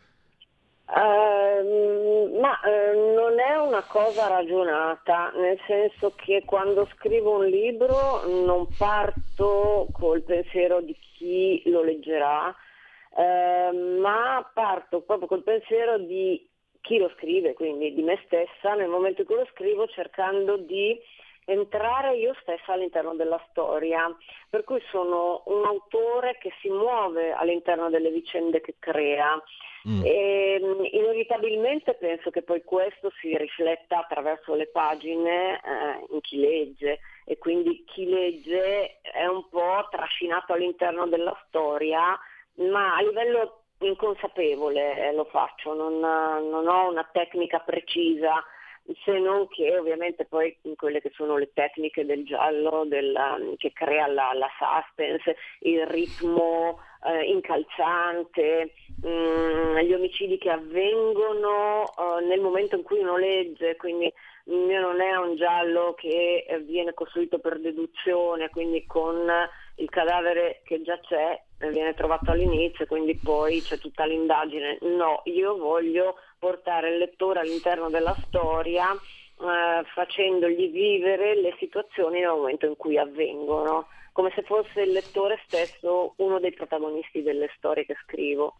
Uh, ma uh, non è una cosa ragionata, nel senso che quando scrivo un libro non parto col pensiero di chi lo leggerà, uh, ma parto proprio col pensiero di chi lo scrive, quindi di me stessa nel momento in cui lo scrivo, cercando di entrare io stessa all'interno della storia, per cui sono un autore che si muove all'interno delle vicende che crea. Mm. E inevitabilmente penso che poi questo si rifletta attraverso le pagine eh, in chi legge, e quindi chi legge è un po' trascinato all'interno della storia, ma a livello inconsapevole eh, lo faccio, non, non ho una tecnica precisa, se non che ovviamente poi in quelle che sono le tecniche del giallo, del, che crea la, la suspense, il ritmo eh, incalzante, mh, gli omicidi che avvengono eh, nel momento in cui uno legge, quindi il mio non è un giallo che viene costruito per deduzione, quindi con il cadavere che già c'è viene trovato all'inizio, quindi poi c'è tutta l'indagine. No, io voglio portare il lettore all'interno della storia eh, facendogli vivere le situazioni nel momento in cui avvengono, come se fosse il lettore stesso uno dei protagonisti delle storie che scrivo.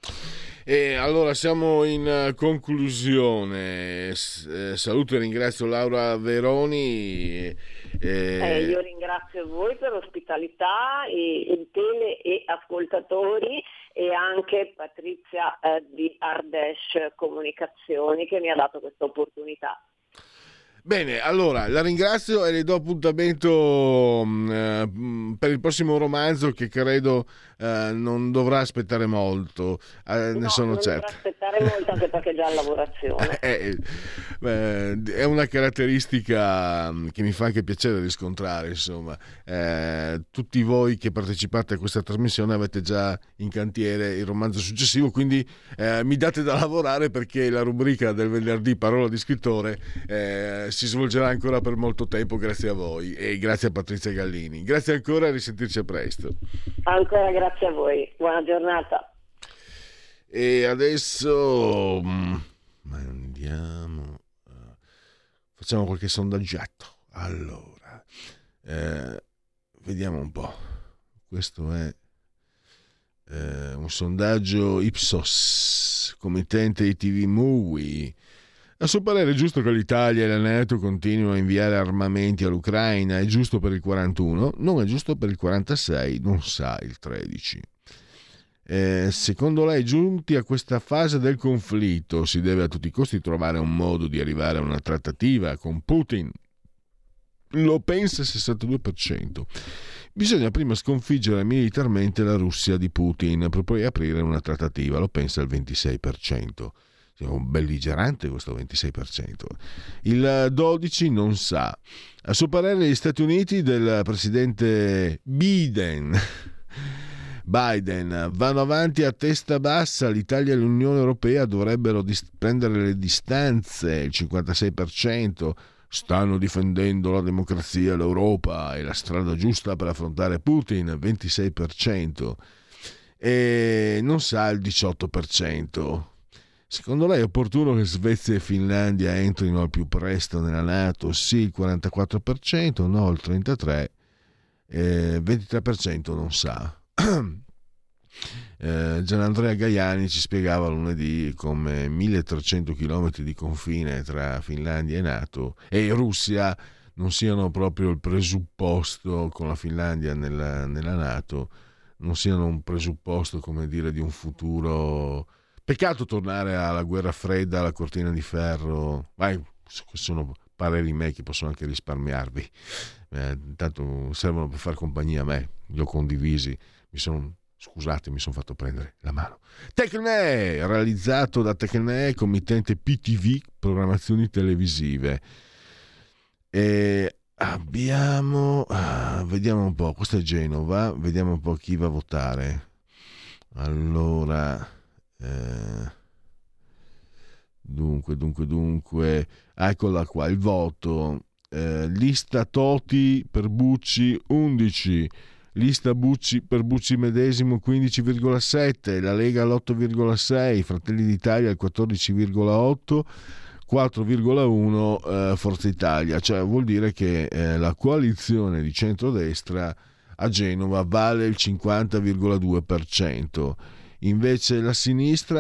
E allora siamo in conclusione. S- saluto e ringrazio Laura Veroni. E... Eh, io ringrazio voi per l'ospitalità, i, i tele e ascoltatori, e anche Patrizia eh, di Ardesh Comunicazioni che mi ha dato questa opportunità. Bene, allora la ringrazio e le do appuntamento mh, per il prossimo romanzo, che credo uh, non dovrà aspettare molto, uh, no, ne sono non certo. dovrà aspettare molto, anche perché è già in lavorazione. eh, eh, è una caratteristica che mi fa anche piacere riscontrare, insomma. Eh, tutti voi che partecipate a questa trasmissione avete già in cantiere il romanzo successivo, quindi eh, mi date da lavorare, perché la rubrica del venerdì Parola di scrittore eh, si svolgerà ancora per molto tempo, grazie a voi e grazie a Patrizia Gallini. Grazie ancora e a risentirci a presto. Ancora grazie a voi, buona giornata. E adesso andiamo, facciamo qualche sondaggiato. Allora, eh, vediamo un po'. Questo è eh, un sondaggio Ipsos, committente I T V Movie. A suo parere è giusto che l'Italia e la NATO continuino a inviare armamenti all'Ucraina? È giusto per il quarantuno? Non è giusto per il quarantasei? Non sa il tredici. Eh, secondo lei, giunti a questa fase del conflitto, si deve a tutti i costi trovare un modo di arrivare a una trattativa con Putin? Lo pensa il sessantadue per cento. Bisogna prima sconfiggere militarmente la Russia di Putin per poi aprire una trattativa. Lo pensa il ventisei per cento. È un belligerante questo ventisei per cento. Il dodici per cento non sa. A suo parere gli Stati Uniti del presidente Biden Biden vanno avanti a testa bassa, l'Italia e l'Unione Europea dovrebbero dis- prendere le distanze, il cinquantasei per cento. Stanno difendendo la democrazia e l'Europa e la strada giusta per affrontare Putin, ventisei per cento. E non sa il diciotto per cento. Secondo lei è opportuno che Svezia e Finlandia entrino al più presto nella NATO? Sì, il quarantaquattro per cento, no, il trentatré per cento, eh, ventitré per cento non sa. eh, Gianandrea Gaiani ci spiegava lunedì come milletrecento chilometri di confine tra Finlandia e NATO e Russia non siano proprio il presupposto, con la Finlandia nella, nella NATO, non siano un presupposto, come dire, di un futuro. Peccato tornare alla guerra fredda, alla cortina di ferro. Vai, sono pareri miei che possono anche risparmiarvi. Eh, intanto servono per far compagnia a me. Li ho condivisi. Mi sono, scusate, mi sono fatto prendere la mano. Tecne, realizzato da Tecne, committente P T V, programmazioni televisive. E abbiamo, ah, vediamo un po'. Questo è Genova. Vediamo un po' chi va a votare. Allora. Eh, dunque, dunque, dunque, eccola qua il voto. Eh, lista Toti per Bucci undici, lista Bucci per Bucci medesimo quindici virgola sette, la Lega all'otto virgola sei, Fratelli d'Italia al quattordici virgola otto, quattro virgola uno eh, Forza Italia. Cioè vuol dire che eh, la coalizione di centrodestra a Genova vale il cinquanta virgola due per cento. Invece la sinistra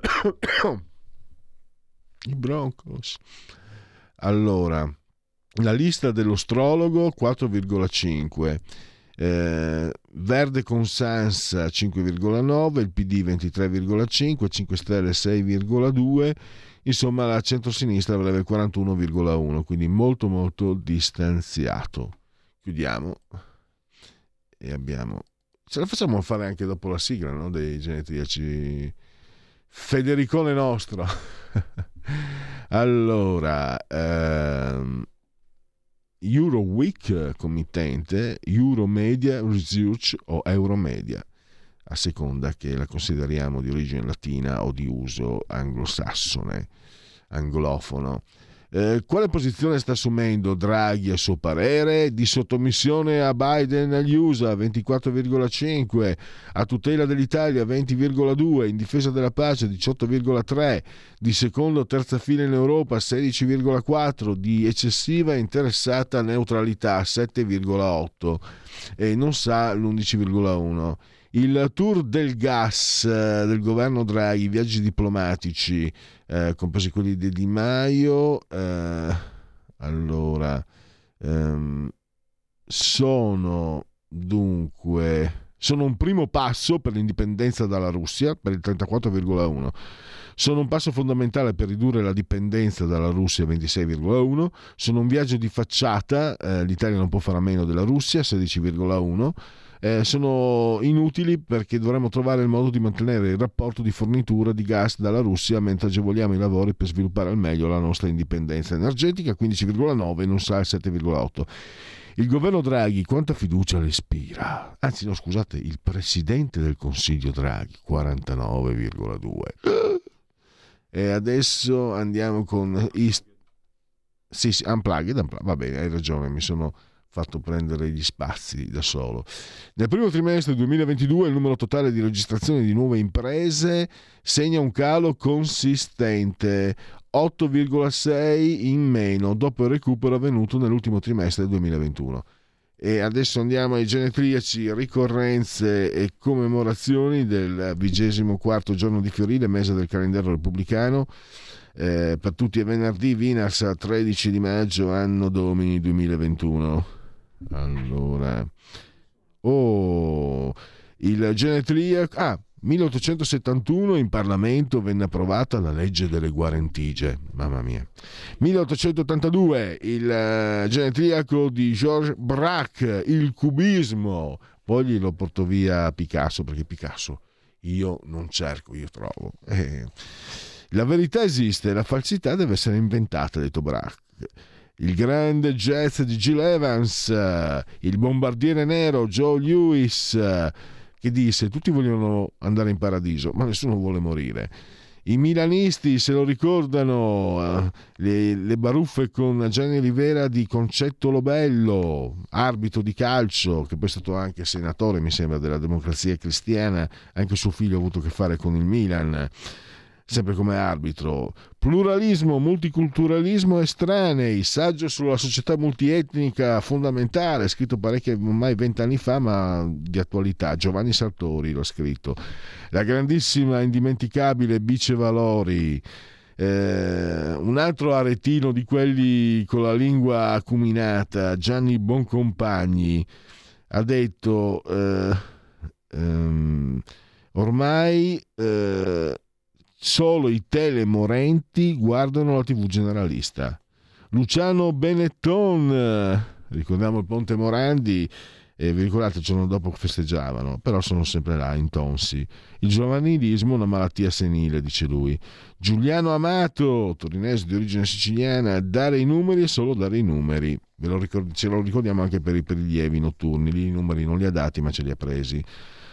i Broncos. Allora, la lista dell'ostrologo quattro virgola cinque, eh, Verde con Sansa cinque virgola nove, il P D ventitré virgola cinque, cinque Stelle sei virgola due, insomma la centrosinistra avrebbe il quarantuno virgola uno, quindi molto molto distanziato. Chiudiamo e abbiamo, ce la facciamo fare anche dopo la sigla, no? Dei genetriaci. Federicone nostro. Allora, ehm, Euroweek committente, Euromedia Research o Euromedia, a seconda che la consideriamo di origine latina o di uso anglosassone, anglofono. Eh, quale posizione sta assumendo Draghi a suo parere? Di sottomissione a Biden agli U S A ventiquattro virgola cinque, a tutela dell'Italia venti virgola due, in difesa della pace diciotto virgola tre, di secondo o terza fila in Europa sedici virgola quattro, di eccessiva e interessata neutralità sette virgola otto e non sa l'undici virgola uno. Il tour del gas eh, del governo Draghi, viaggi diplomatici, eh, compresi quelli di Di Maio, eh, allora, ehm, sono dunque, sono un primo passo per l'indipendenza dalla Russia, per il trentaquattro virgola uno. Sono un passo fondamentale per ridurre la dipendenza dalla Russia, ventisei virgola uno. Sono un viaggio di facciata, eh, l'Italia non può fare a meno della Russia, sedici virgola uno. Eh, sono inutili perché dovremmo trovare il modo di mantenere il rapporto di fornitura di gas dalla Russia mentre agevoliamo i lavori per sviluppare al meglio la nostra indipendenza energetica, quindici virgola nove, non sa il sette virgola otto. Il governo Draghi quanta fiducia le ispira? Anzi no, scusate, il presidente del Consiglio Draghi, quarantanove virgola due. E adesso andiamo con East... sì, sì, unplugged, unplugged, va bene, hai ragione, mi sono fatto prendere gli spazi da solo. Nel primo trimestre duemilaventidue il numero totale di registrazioni di nuove imprese segna un calo consistente, otto virgola sei in meno dopo il recupero avvenuto nell'ultimo trimestre del duemilaventuno. E adesso andiamo ai genetriaci, ricorrenze e commemorazioni del vigesimo quarto giorno di Fiorile, mese del calendario repubblicano. Eh, per tutti è venerdì, Vinars, tredici di maggio, anno domini duemilaventuno. Allora, oh, il genetriaco, ah, milleottocentosettantuno in Parlamento venne approvata la legge delle guarentigie, mamma mia. milleottocentottantadue il uh, genetriaco di Georges Braque, il cubismo. Poi glielo porto via Picasso, perché Picasso io non cerco, io trovo. Eh. La verità esiste, la falsità deve essere inventata, ha detto Braque. Il grande jazz di Gil Evans, il bombardiere nero Joe Lewis, che disse: tutti vogliono andare in paradiso, ma nessuno vuole morire. I milanisti se lo ricordano, le, le baruffe con Gianni Rivera di Concetto Lobello, arbitro di calcio, che poi è stato anche senatore, mi sembra, della Democrazia Cristiana, anche suo figlio ha avuto a che fare con il Milan, sempre come arbitro. Pluralismo, multiculturalismo estranei, saggio sulla società multietnica fondamentale, scritto parecchi, ormai vent'anni fa, ma di attualità. Giovanni Sartori l'ha scritto. La grandissima, indimenticabile Bice Valori, eh, un altro aretino di quelli con la lingua acuminata, Gianni Boncompagni, ha detto eh, ehm, ormai eh, solo i telemorenti guardano la tivù generalista. Luciano Benetton, ricordiamo il Ponte Morandi, e vi ricordate il giorno dopo festeggiavano, però sono sempre là in tonsi. Il giovanilismo è una malattia senile, dice lui. Giuliano Amato, torinese di origine siciliana, dare i numeri è solo dare i numeri. Ve lo ricord- ce lo ricordiamo anche per i prelievi notturni, lì i numeri non li ha dati ma ce li ha presi.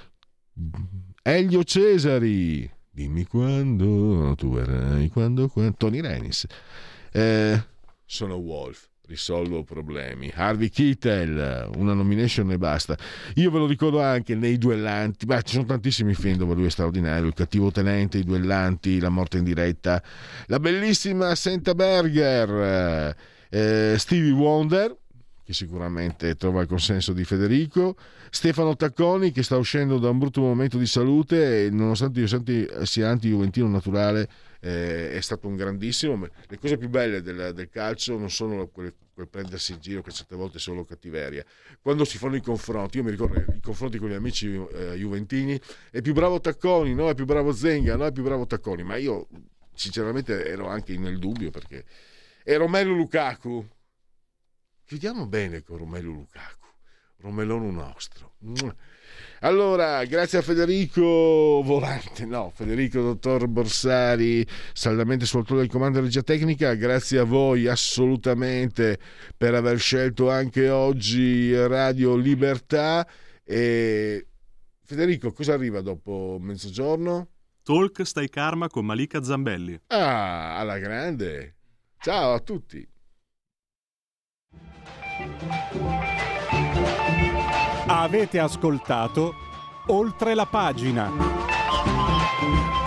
Elio Cesari, dimmi quando tu verrai, quando, quando. Tony Renis, eh, sono Wolf, risolvo problemi. Harvey Keitel, una nomination e basta. Io ve lo ricordo anche nei Duellanti, beh, ci sono tantissimi film dove lui è straordinario: Il cattivo tenente, I Duellanti, La morte in diretta, la bellissima Senta Berger, eh, Stevie Wonder, che sicuramente trova il consenso di Federico, Stefano Tacconi, che sta uscendo da un brutto momento di salute e nonostante io senti, sia anti-juventino naturale, eh, è stato un grandissimo. Le cose più belle del, del calcio non sono quel, quel prendersi in giro, che certe volte è solo cattiveria. Quando si fanno i confronti, io mi ricordo i confronti con gli amici eh, juventini, è più bravo Tacconi, no? È più bravo Zenga, no? È più bravo Tacconi, ma io sinceramente ero anche nel dubbio, perché è Romelu Lukaku. Chiudiamo bene con Romelu Lukaku, Romelone nostro. Allora, grazie a Federico Volante, no, Federico Dottor Borsari, saldamente sul autore del comando di regia tecnica. Grazie a voi assolutamente per aver scelto anche oggi Radio Libertà. E Federico, cosa arriva dopo mezzogiorno? Talk Stai Karma con Malika Zambelli. Ah, alla grande. Ciao a tutti. Avete ascoltato Oltre la pagina.